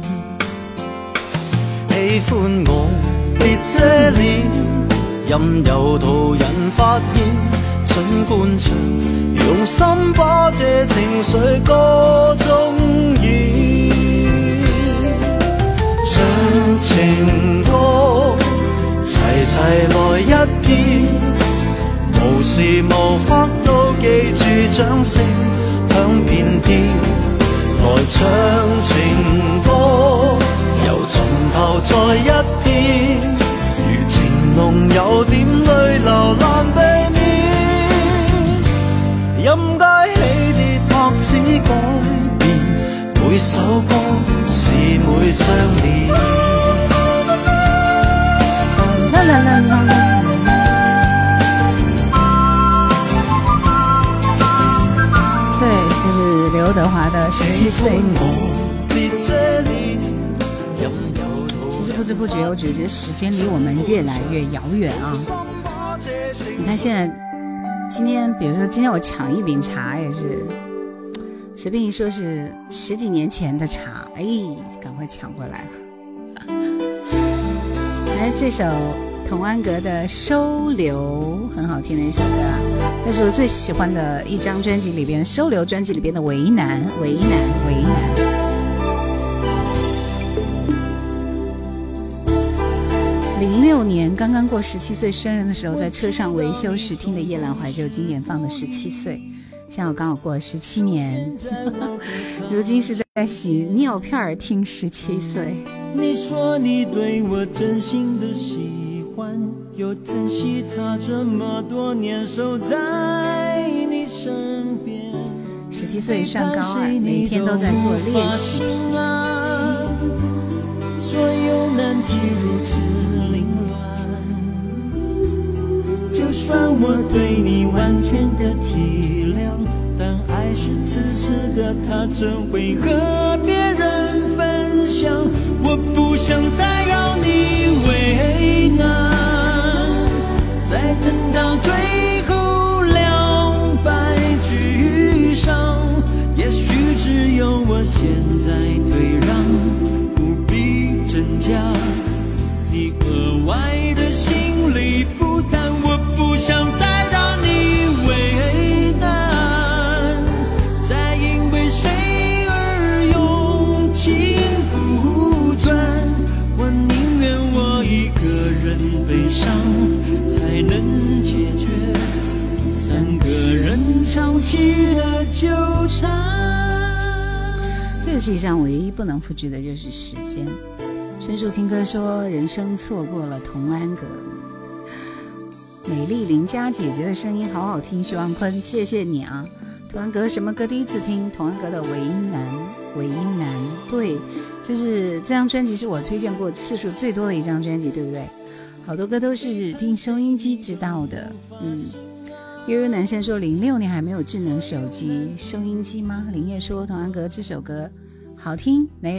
喜歡我別遮臉，任由途人發現，儘灌唱，用心把這情緒歌中演。唱情歌，齊齊來一遍，無時無刻都記住掌聲響遍天。來唱情歌，由從頭再一遍，如情濃有點淚流難避免。任街起跌拍子改變，每首歌是每張臉。 啦啦啦啦啦对，就是刘德華的十七歲。其實不知不覺，我覺得時間離我們越來越遙遠啊！你看現在，今天比如說今天我搶一餅茶也是，隨便一說是十幾年前的茶，哎，趕快搶過來了。來這首童安格的《收留》很好聽的一首歌啊，這是我最喜歡的一張專輯裡邊，《收留》專輯裡邊的《為難》，為難，為難。零六年剛剛過十七歲生日的時候，在車上維修時聽的夜蘭懷舊經典放的十七歲，現在我剛好過十七年，如今是在洗尿片聽十七歲。 你說你對我真心的喜歡，又疼惜他這麼多年守在你身邊。 十七岁上高二，每天都在做练习。 所有难题如此凌乱，就算我对你完全的体谅，但爱是自私的，它怎会和别人分享？我不想再让你为难，再等到最后两败俱伤，也许只有我现在退让，不必增加你额外的心理负担。我不想再让你为难，再因为谁而用情不转。我宁愿我一个人悲伤，才能解决三个人长期的纠缠。 这个世界上唯一不能复制的就是时间。春树听歌说，人生错过了童安格。美丽邻家姐姐的声音好好听，徐望坤，谢谢你啊！童安格什么歌第一次听？童安格的《为难》，为难，对，就是这张专辑是我推荐过次数最多的一张专辑，对不对？好多歌都是听收音机知道的。嗯，悠悠男生说，零六年还没有智能手机，收音机吗？林叶说，童安格这首歌好听，那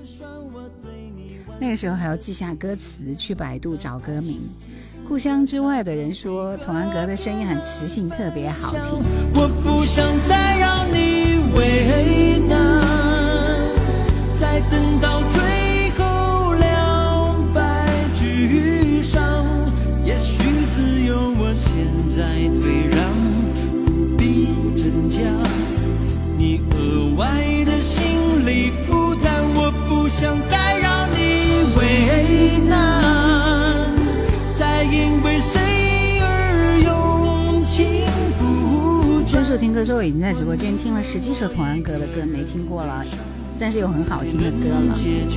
那个时候还要记下歌词，去百度找歌名。故乡之外的人说，童安格的声音很磁性，特别好听。 我不想再让你为难，再等到最后两败俱伤，也许只有我现在退让，不必增加你额外的心理负担。我不想再让你为难，再因为谁而用情不转。 春树听歌说，我已经在直播间听了十几首童安格的歌，没听过了，但是有很好听的歌了。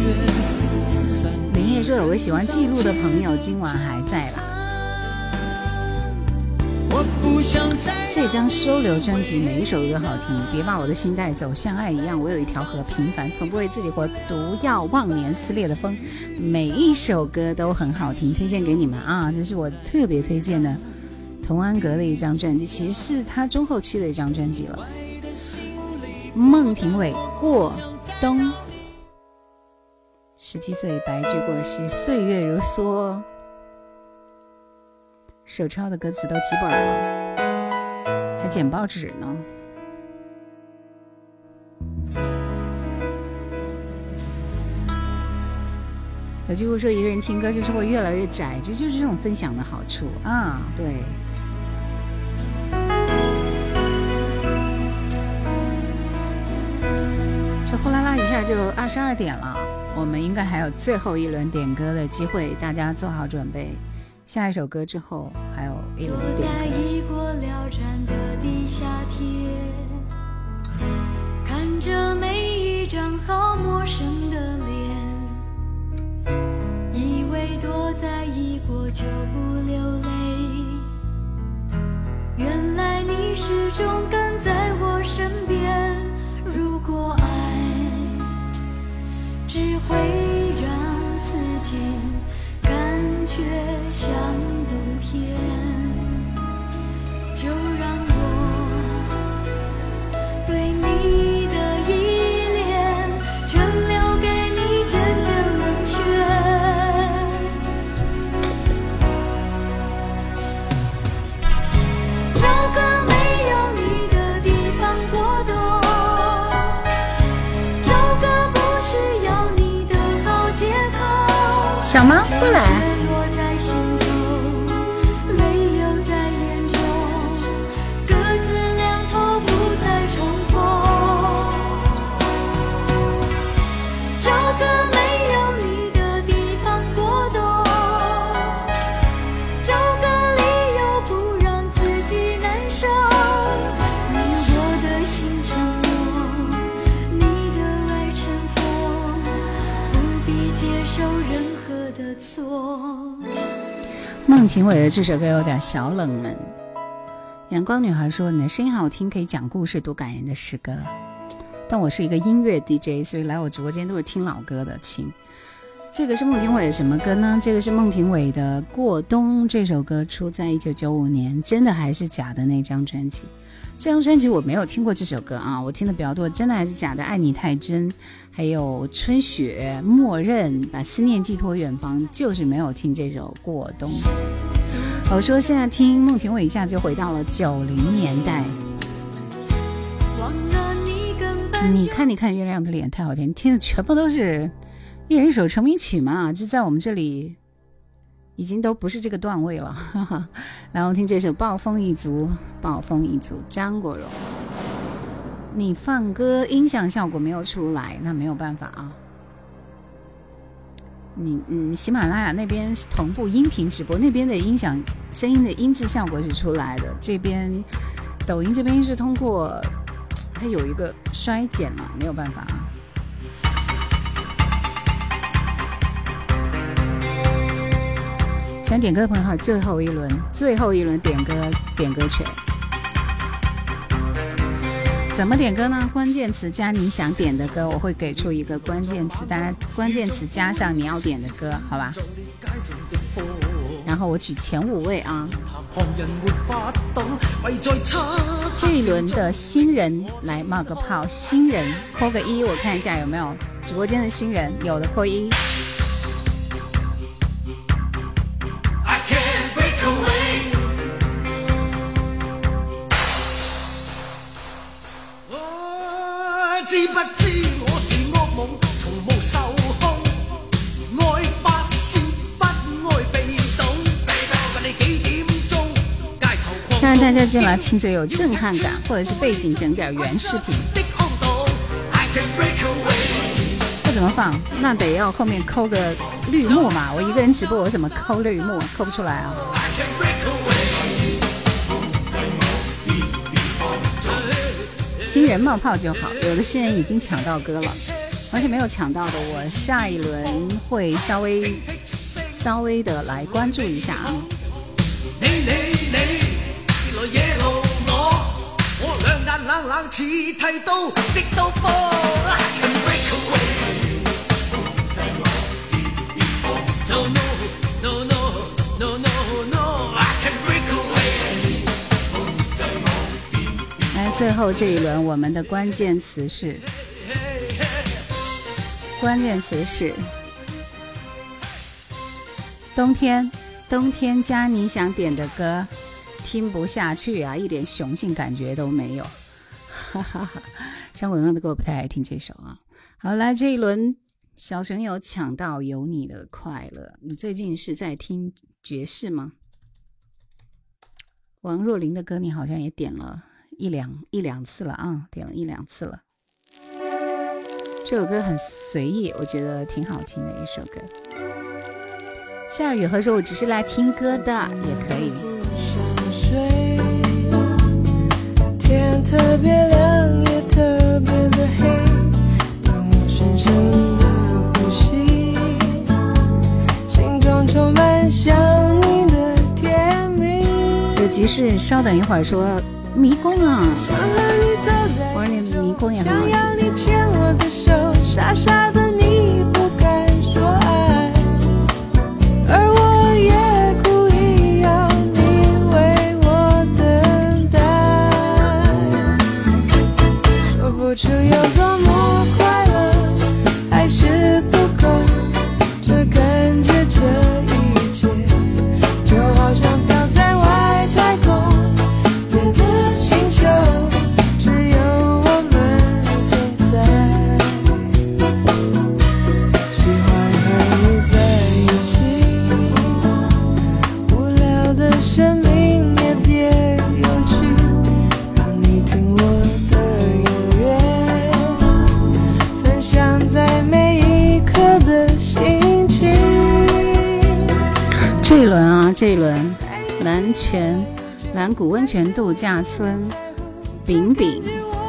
林叶说，有位喜欢记录的朋友今晚还在啦。这张收留专辑每一首都好听，别把我的心带走，像爱一样，我有一条河平凡，从不为自己活，毒药忘年撕裂的风，每一首歌都很好听，推荐给你们啊！这是我特别推荐的童安格的一张专辑，其实是他中后期的一张专辑了。孟庭苇过冬，十七岁白驹过隙，岁月如梭。手抄的歌词都几本了，还剪报纸呢。有句话说，一个人听歌就是会越来越窄，这就是这种分享的好处啊！对。这呼啦啦一下就二十二点了，我们应该还有最后一轮点歌的机会，大家做好准备。下一首歌之后还有一轮点歌。坐在已过了站的地下铁，看着每一张好陌生的脸，以为躲在已过就不流泪，原来你始终跟在我身边。如果爱只会让自己感觉像冬天，就让我对你的依恋全留给你渐渐冷却。找个没有你的地方过冬，找个不需要你的好借口。小猫过来。孟庭苇的这首歌有点小冷门， 阳光女孩说：“你的声音好听，可以讲故事，多感人的诗歌。”但我是一个音乐 D J， 所以来我直播间都是听老歌的。亲，这个是孟庭苇的什么歌呢？这个是孟庭苇的《过冬》，这首歌出在一九九五年，真的还是假的那张专辑。这张专辑我没有听过这首歌啊，我听的比较多，真的还是假的。爱你太真，还有春雪、默认，把思念寄托远方，就是没有听这首《过冬》。我说现在听孟庭苇一下就回到了九零年代。你看你看月亮的脸太好听，听的全部都是一人一首成名曲嘛，这在我们这里已经都不是这个段位了。哈哈，然后听这首《暴风一族》，暴风一族张国荣。你放歌音响效果没有出来，那没有办法啊。你嗯，喜马拉雅那边同步音频直播，那边的音响声音的音质效果是出来的，这边抖音这边是通过它有一个衰减嘛，没有办法啊。想点歌的朋友，最后一轮，最后一轮点歌点歌权。怎么点歌呢？关键词加你想点的歌，我会给出一个关键词，大家关键词加上你要点的歌，好吧？然后我举前五位啊。这一轮的新人来冒个泡，新人扣个一，我看一下有没有直播间的新人，有的扣一。 知不知我是惡夢，從無受控，愛發泄不愛被動，問你幾點鐘，街頭當然大家進來聽着有震撼感，或者是背景整點原視頻。那怎麼放？那得要後面扣個綠幕嘛，我一個人直播我怎麼扣綠幕？扣不出來啊。新人冒泡就好，有的新人已经抢到歌了，完全没有抢到的，我下一輪會稍微稍微的來關注一下啊。你你你別來惹怒我，我兩眼冷冷似剃刀的刀鋒 I can break away No no no no no no I can break away 来，最后这一轮我们的关键词是关键词是冬天，冬天加你想点的歌，听不下去啊，一点雄性感觉都没有。哈哈哈，张国荣的歌我不太爱听这首啊。好，来这一轮小熊有抢到有你的快乐。你最近是在听爵士吗？王若琳的歌你好像也点了一两一两次了啊，点了一两次了。这首歌很随意，我觉得挺好听的一首歌。夏雨荷说我只是来听歌的也可以。 天特别亮也特别的黑，当我深深的呼吸，心中充满想你的甜蜜。 有急事稍等一会儿说迷宫啊，我说你迷宫也很好听。 想要你牵我的手，傻傻的你不敢说爱，而我也故意要你为我等待，说不出有多么快乐，还是不够，这感觉这一切就好像飘在外太空别的星球，只有我们存在，喜欢和你在一起，无聊的生命也别有趣，让你听我的音乐，分享在每一刻的心情。 这一轮啊，这一轮蓝泉蓝谷温泉度假村，饼饼、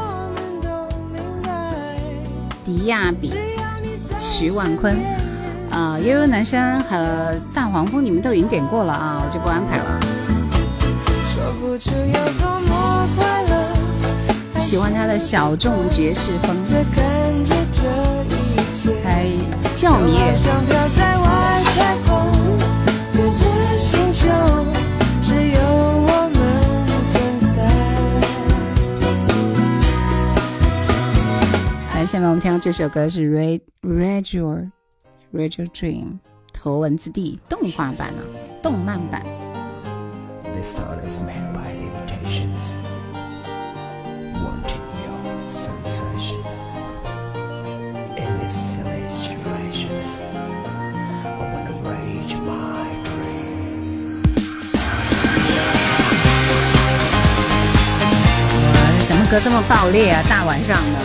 迪亚比、徐万坤、呃、悠悠南山和大黄蜂你们都已经点过了啊，我就不安排了。 付出有多么快乐， 喜欢他的小众爵士风， 看着这一切还教迷人。 想飘在外太空，别的星球只有我们存在。 来，下面我们听到这首歌是 Red Radio Radio Dream 头文字 D 动画版啊，动漫版。 This thought is made by limitation, wanting your sensation. In this silly situation, I wanna rage my dream. 哇，这什么歌这么爆裂啊？大晚上的。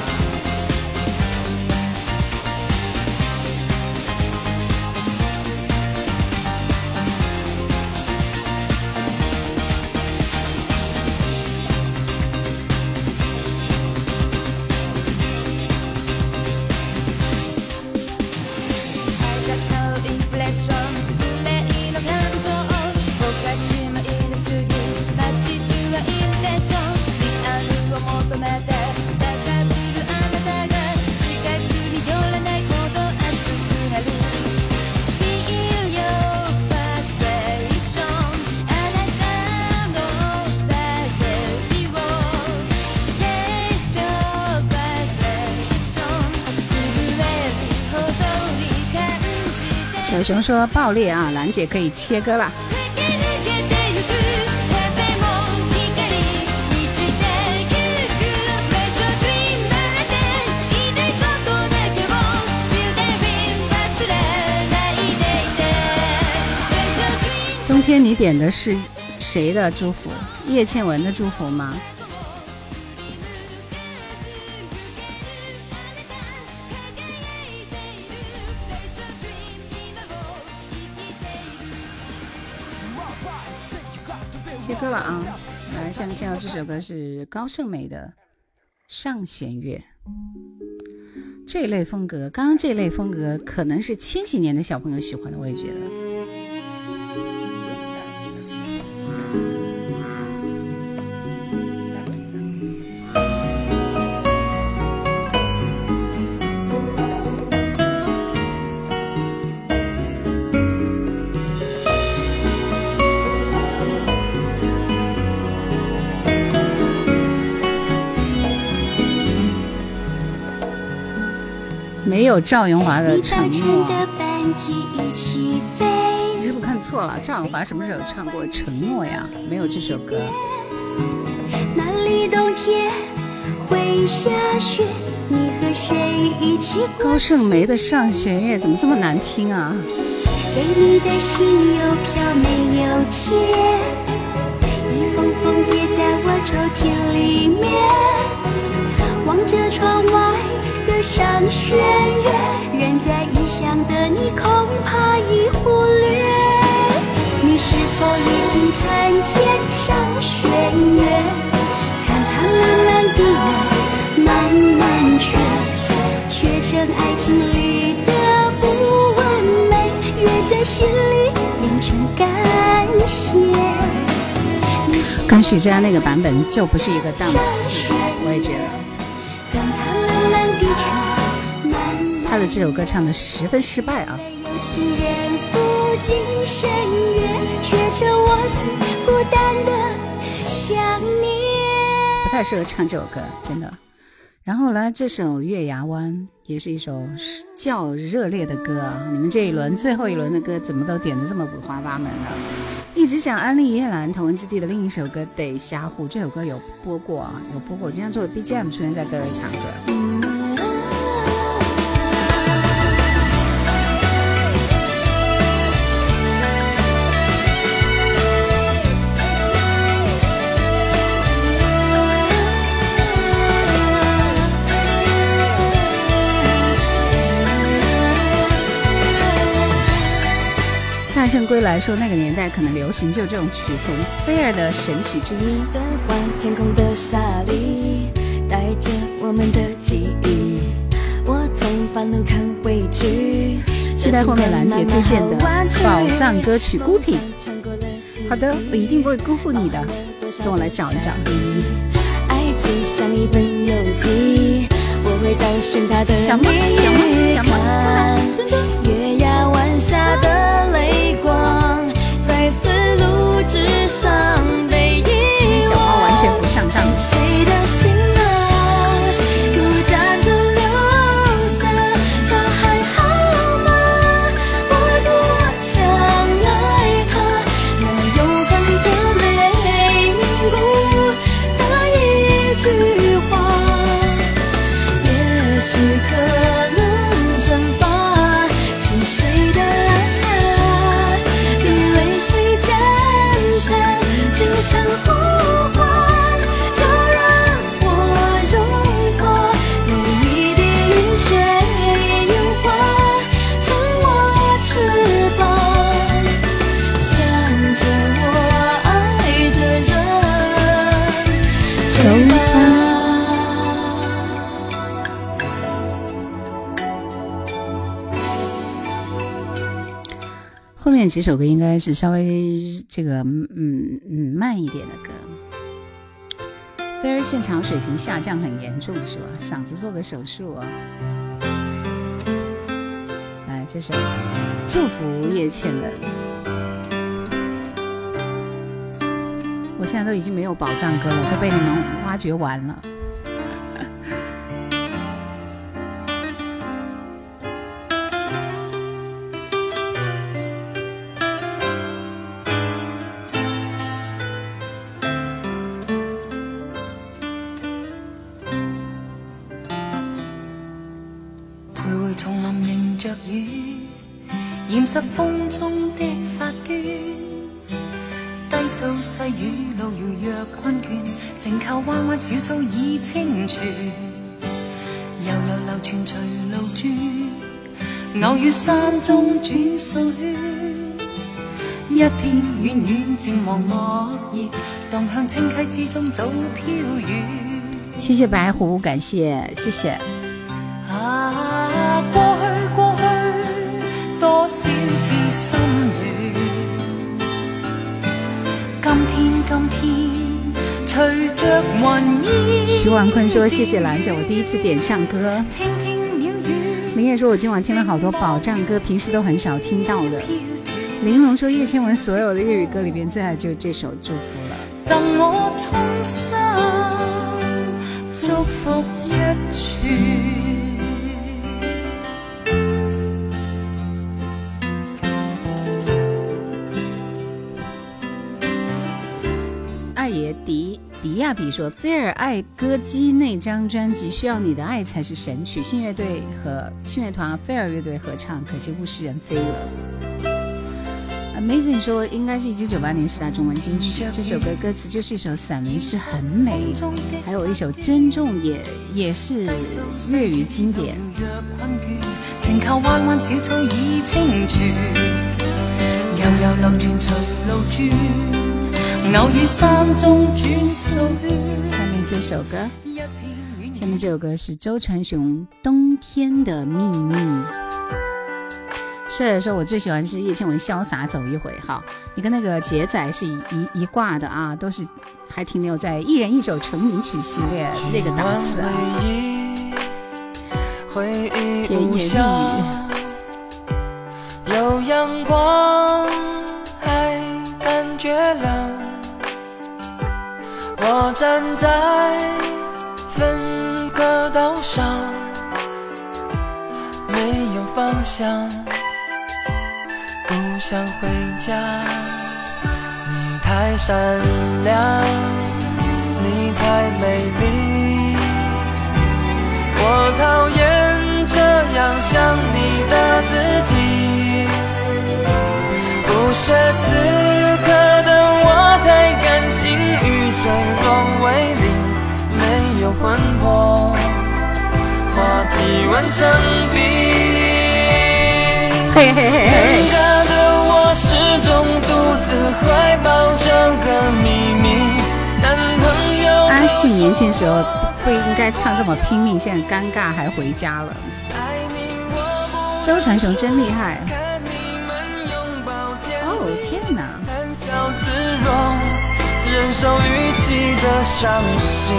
小熊说爆裂啊，兰姐可以切歌啦。冬天你点的是谁的祝福？叶倩文的祝福吗？切歌了啊！来，下面听到这首歌是高胜美的《上弦月》。这类风格，刚刚这类风格可能是千禧年的小朋友喜欢的，我也觉得。没有赵咏华的承诺，你是不是看错了？赵咏华什么时候唱过承诺呀？没有这首歌。 那里冬天会下雪，你和谁一起过？ 高胜梅的上弦月怎么这么难听啊？ 给你的信邮票没有贴，一封封叠在我抽屉里面，望着窗外的上弦月，人在异乡的你恐怕已忽略，你是否已经看见上弦月？看它蓝蓝的月，慢慢缺，缺成爱情里的不完美，月在心里变成感谢。 跟许志安那个版本就不是一个档次，我也觉得。他的这首歌唱的十分失败啊！ 情人赴今生月，却成我最孤单的想念。 不太适合唱这首歌，真的。然后呢，这首《月牙湾》也是一首较热烈的歌啊！你们这一轮最后一轮的歌怎么都点得这么五花八门呢？一直想安利叶兰头文字 D 的另一首歌《得虾湖》，这首歌有播过啊，有播过，经常作为 B G M 出现在各个场合。大圣归来说那个年代可能流行就这种曲风，菲尔的神曲之一。 兑换天空的沙粒，带着我们的记忆，我从半路看回去， 期待后面兰姐推荐的宝藏歌曲孤品。好的，我一定不会辜负你的。 跟我来找一找。 爱情像一本游记，我会找寻它的小梦小梦小梦月牙湾下的泪光，在丝路之上被遗忘。 小猫完全不上当。 是谁的心啊，孤单的留下，他还好吗？我多想爱他，那永恒的泪凝固的一句话，也许可能蒸发。是谁的爱，比泪水坚强，轻声呼唤，就让我融化。每一滴雨水融化成我翅膀，向着我爱的人走吧。 后面几首歌应该是稍微这个嗯嗯慢一点的歌。菲儿现场水平下降很严重是吧？嗓子做个手术啊。来这首祝福叶倩文。我现在都已经没有宝藏歌了，都被你们挖掘完了。 染湿風中的發端，低訴細雨路遙若困倦，靜靠彎彎小草已清泉，悠悠流傳隨路轉，偶遇山中轉數圈，一片遠遠靜望落葉，蕩向清溪之中早飄遠。 謝謝白狐，感謝，謝謝。 啊，過去過去多少次心軟，今天今天隨着雲煙。 徐婉坤說謝謝蘭姐，我第一次點上歌。林葉說我今晚聽了好多寶藏歌，平時都很少聽到的。玲瓏說葉倩文所有的粵語歌裏邊最愛就是這首祝福了。 贈我衷心祝福一串。 二爷迪迪亚比说，菲尔爱歌姬那张专辑《需要你的爱》才是神曲，信乐队和信乐团菲尔乐队合唱，可惜物是人非了。Amazing 说应该是一九九八年十大中文金曲，这首歌歌词就是一首散文诗，很美，还有一首珍重也也是粤语经典。 靜靠彎彎小草已清泉，悠悠流傳隨路轉，偶遇山中轉數。 下面这首歌，下面这首歌是周传雄《冬天的秘密》。帅的时候，我最喜欢是叶倩文《潇洒走一回》。好，你跟那个杰仔是一一一挂的啊，都是还停留在一人一首成名曲系列那个档次啊。甜言蜜语，有阳光，还感觉冷。我站在分隔岛上，没有方向，不想回家。你太善良，你太美丽，我讨厌这样想你的自己。不是此刻的我太感性与脆弱为邻，没有魂魄，话题完成笔。 嘿嘿嘿嘿， 尴尬的我始终独自怀抱这个秘密。男朋友阿信年轻时候不应该唱这么拼命，现在尴尬还回家了。周传雄真厉害！哦天哪！ 忍受预期的伤心。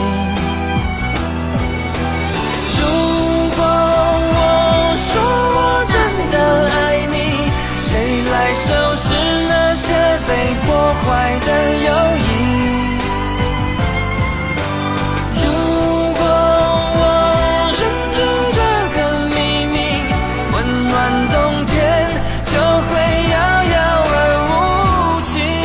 如果我说我真的爱你，谁来收拾那些被破坏的友谊？如果我忍住这个秘密，温暖冬天就会遥遥而无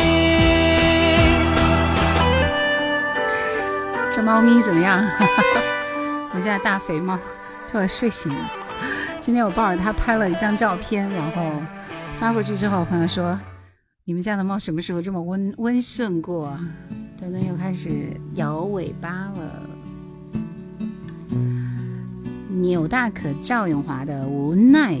情。这猫咪怎么样？我们家的大肥猫突然睡醒了。今天我抱着它拍了一张照片，然后发过去之后，朋友说：“你们家的猫什么时候这么温温顺过啊？”等等，又开始摇尾巴了。扭大可赵咏华的无奈。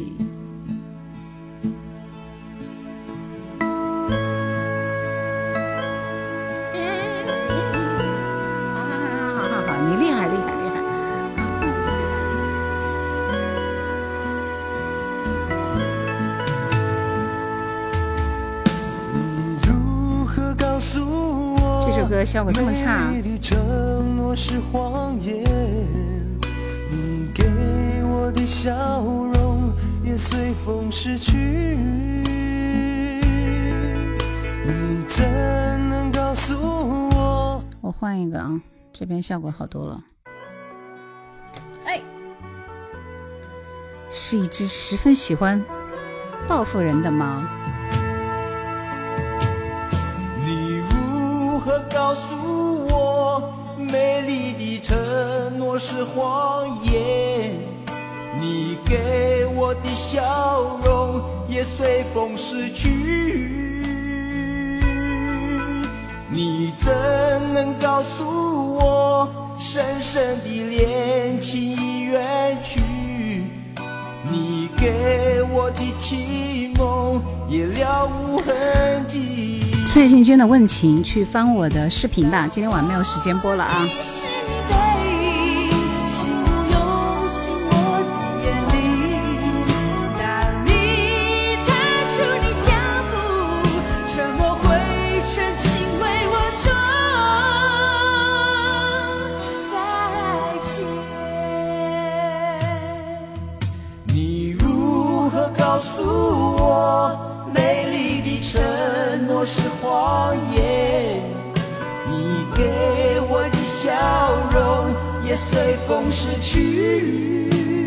好好好，你厉害厉害厉害。这首歌效果这么差。 你给我的笑容也随风逝去，你怎能告诉我？ 我换一个啊，这边效果好多了。哎，是一只十分喜欢报复人的猫。 你如何告诉我，美丽的承诺是谎言？你给我的笑容也随风逝去，你怎能告诉我，深深的恋情已远去？你给我的期梦也了无痕迹。 蔡幸娟的问情，去翻我的视频吧，今天晚上没有时间播了啊。 是谎言，你给我的笑容也随风逝去，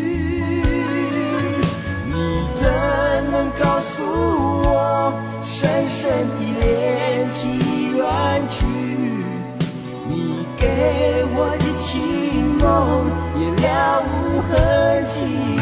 你怎能告诉我，深深的恋情已远去？你给我的情梦也了无痕迹。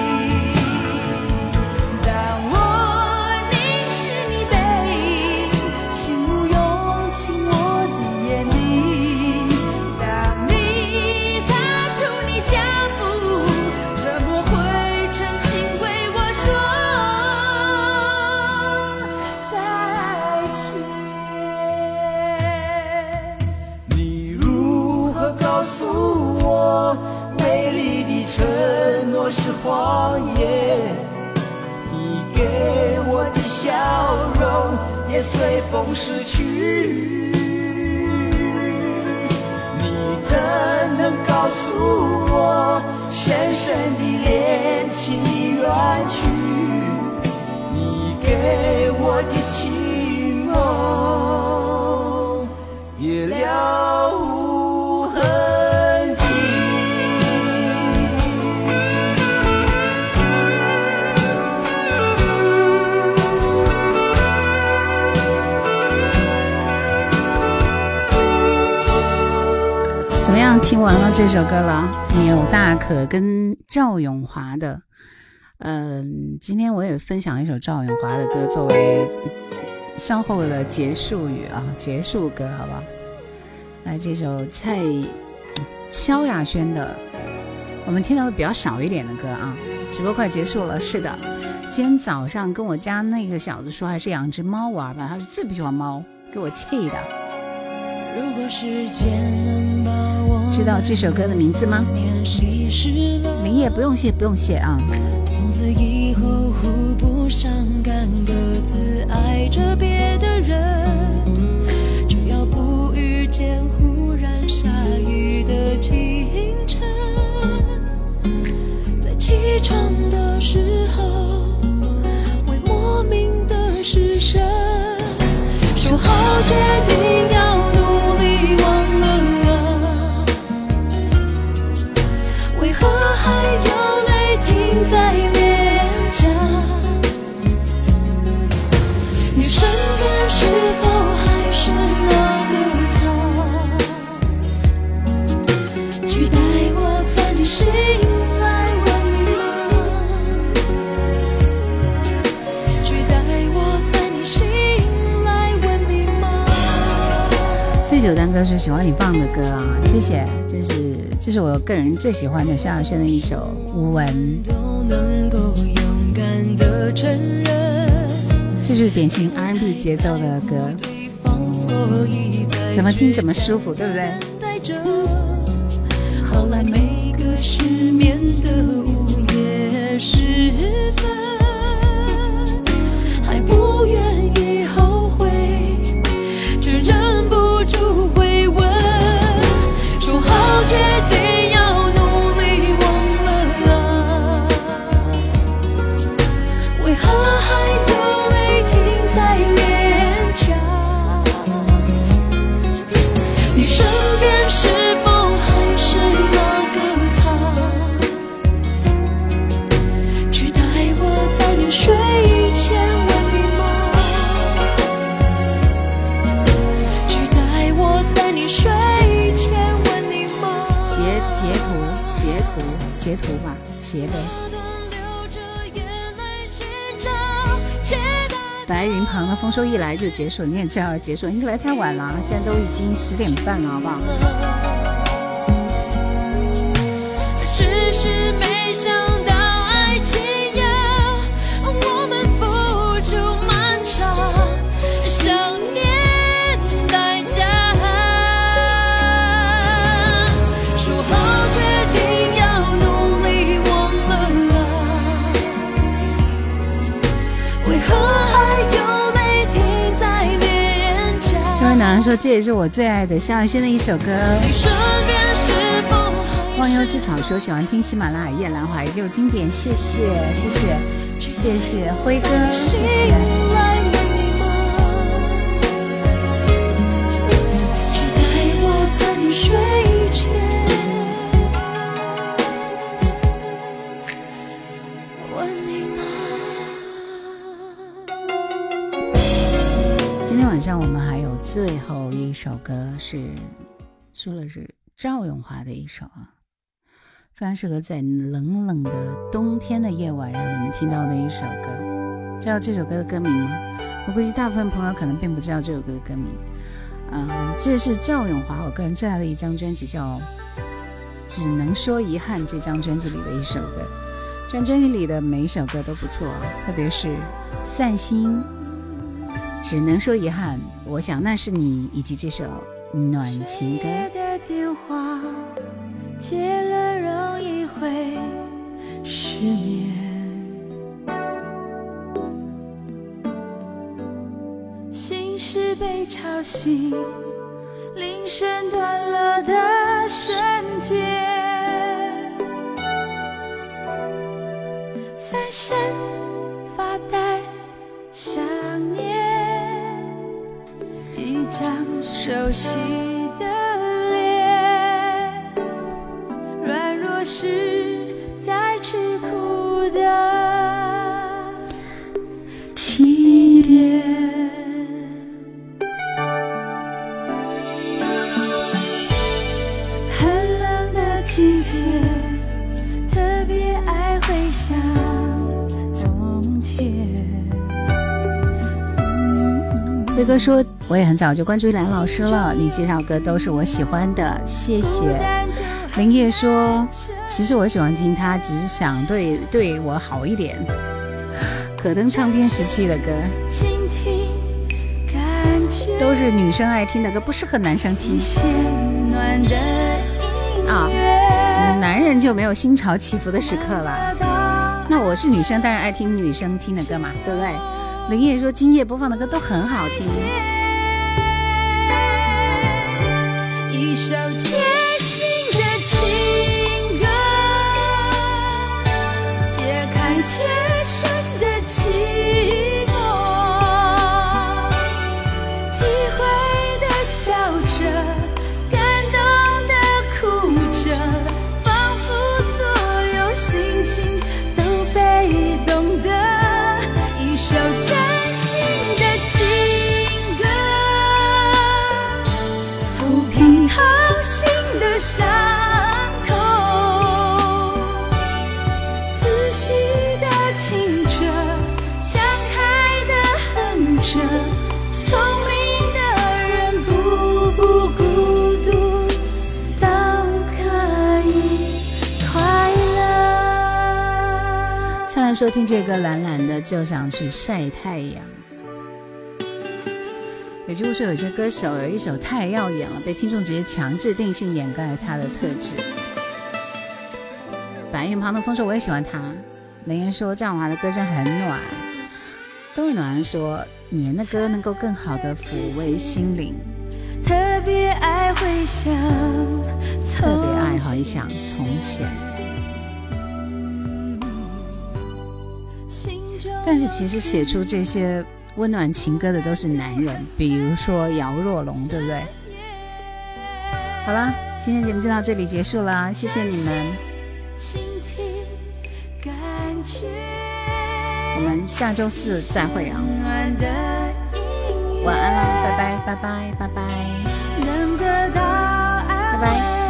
是谎言，你给我的笑容也随风逝去，你怎能告诉我，深深的恋情已远去？你给我的情梦也了无痕迹。 怎么样？听完了这首歌了，钮大可跟赵咏华的。嗯，今天我也分享一首赵咏华的歌，作为稍后的结束语啊，结束歌，好不好？来，这首蔡萧亚轩的，我们听到的比较少一点的歌啊。直播快结束了，是的。今天早上跟我家那个小子说，还是养只猫玩吧，他是最不喜欢猫，给我气的。 如果时间能把我知道这首歌的名字吗？林叶，不用谢，不用谢啊。 从此以后互不相干，各自爱着别的人，只要不与决定要努力忘了啊，为何还有泪停在脸颊？你身边是否还是那个他？取代我在你心来问你吗？取代我在你心来问你吗？ 醉酒当歌是喜欢你放的歌啊，谢谢。这是这是我个人最喜欢的萧亚轩的一首《无闻》， 都能够勇敢地承认， 这是典型 R and B 节奏的歌，怎么听怎么舒服，对不对？ 后来每个失眠的午夜时分，还不愿意后悔，却忍不住会问，说好决定要努力忘了啊，为何还有泪停在脸颊？你身边是否还是那个他？取代我在你睡前问你吗？取代我在你睡前问你吗？ 截截图截图截图吧，截呗。白云旁的风说一来就结束，你也知道结束，你来太晚了，现在都已经十点半了，好不好？ 只是没想到爱情呀，我们付出漫长，想念代价。说好决定要努力忘了啊，为何还有泪停在脸颊？ 这位男人说这也是我最爱的萧亚轩的一首歌。 你身边是否忘忧之草说喜欢听喜马拉雅夜阑怀旧经典，谢谢谢谢谢谢辉哥，谢谢。 期待我在你睡前问你吗？ 今天晚上我们还有最后一首歌是说了是赵咏华的一首啊，非常适合在冷冷的冬天的夜晚让你们听到的一首歌。知道这首歌的歌名吗？我估计大部分朋友可能并不知道这首歌的歌名。嗯、呃，这是赵咏华我个人最爱的一张专辑，叫《只能说遗憾》，这张专辑里的一首歌。这张专辑里的每一首歌都不错，特别是《散心》，只能说遗憾，我想那是你，以及这首暖情歌。 的电话接了容易会失眠，心事被吵醒，铃声断了的瞬间，翻身发呆想念一张熟悉的脸，软弱时在吃苦的起点。寒冷的季节，特别爱回想从前。 辉哥说我也很早就关注一兰老师了，你介绍歌都是我喜欢的，谢谢。林叶说其实我喜欢听他，只是想对对我好一点。可登唱片时期的歌都是女生爱听的歌，不适合男生听啊。男人就没有心潮起伏的时刻了，那我是女生当然爱听女生听的歌嘛，对不对？林叶说今夜播放的歌都很好听， 一首贴心的情歌，解开贴身的寂寞，体会细的听着，想开的哼着，聪明的人不不孤独都可以快乐。 灿烂说听这歌懒懒的就想去晒太阳。也就是说有些歌手有一首太耀眼了，被听众直接强制定性掩盖了他的特质。白云旁的风说我也喜欢他。雷言说张华的歌声很暖。冬雨暖说女人的歌能够更好的抚慰心灵。 特别爱回想特别爱回想从前。但是其实写出这些温暖情歌的都是男人，比如说姚若龙，对不对？好了，今天节目就到这里结束了，谢谢你们，我们下周四再会啊！晚安了，拜拜拜拜拜拜，拜拜。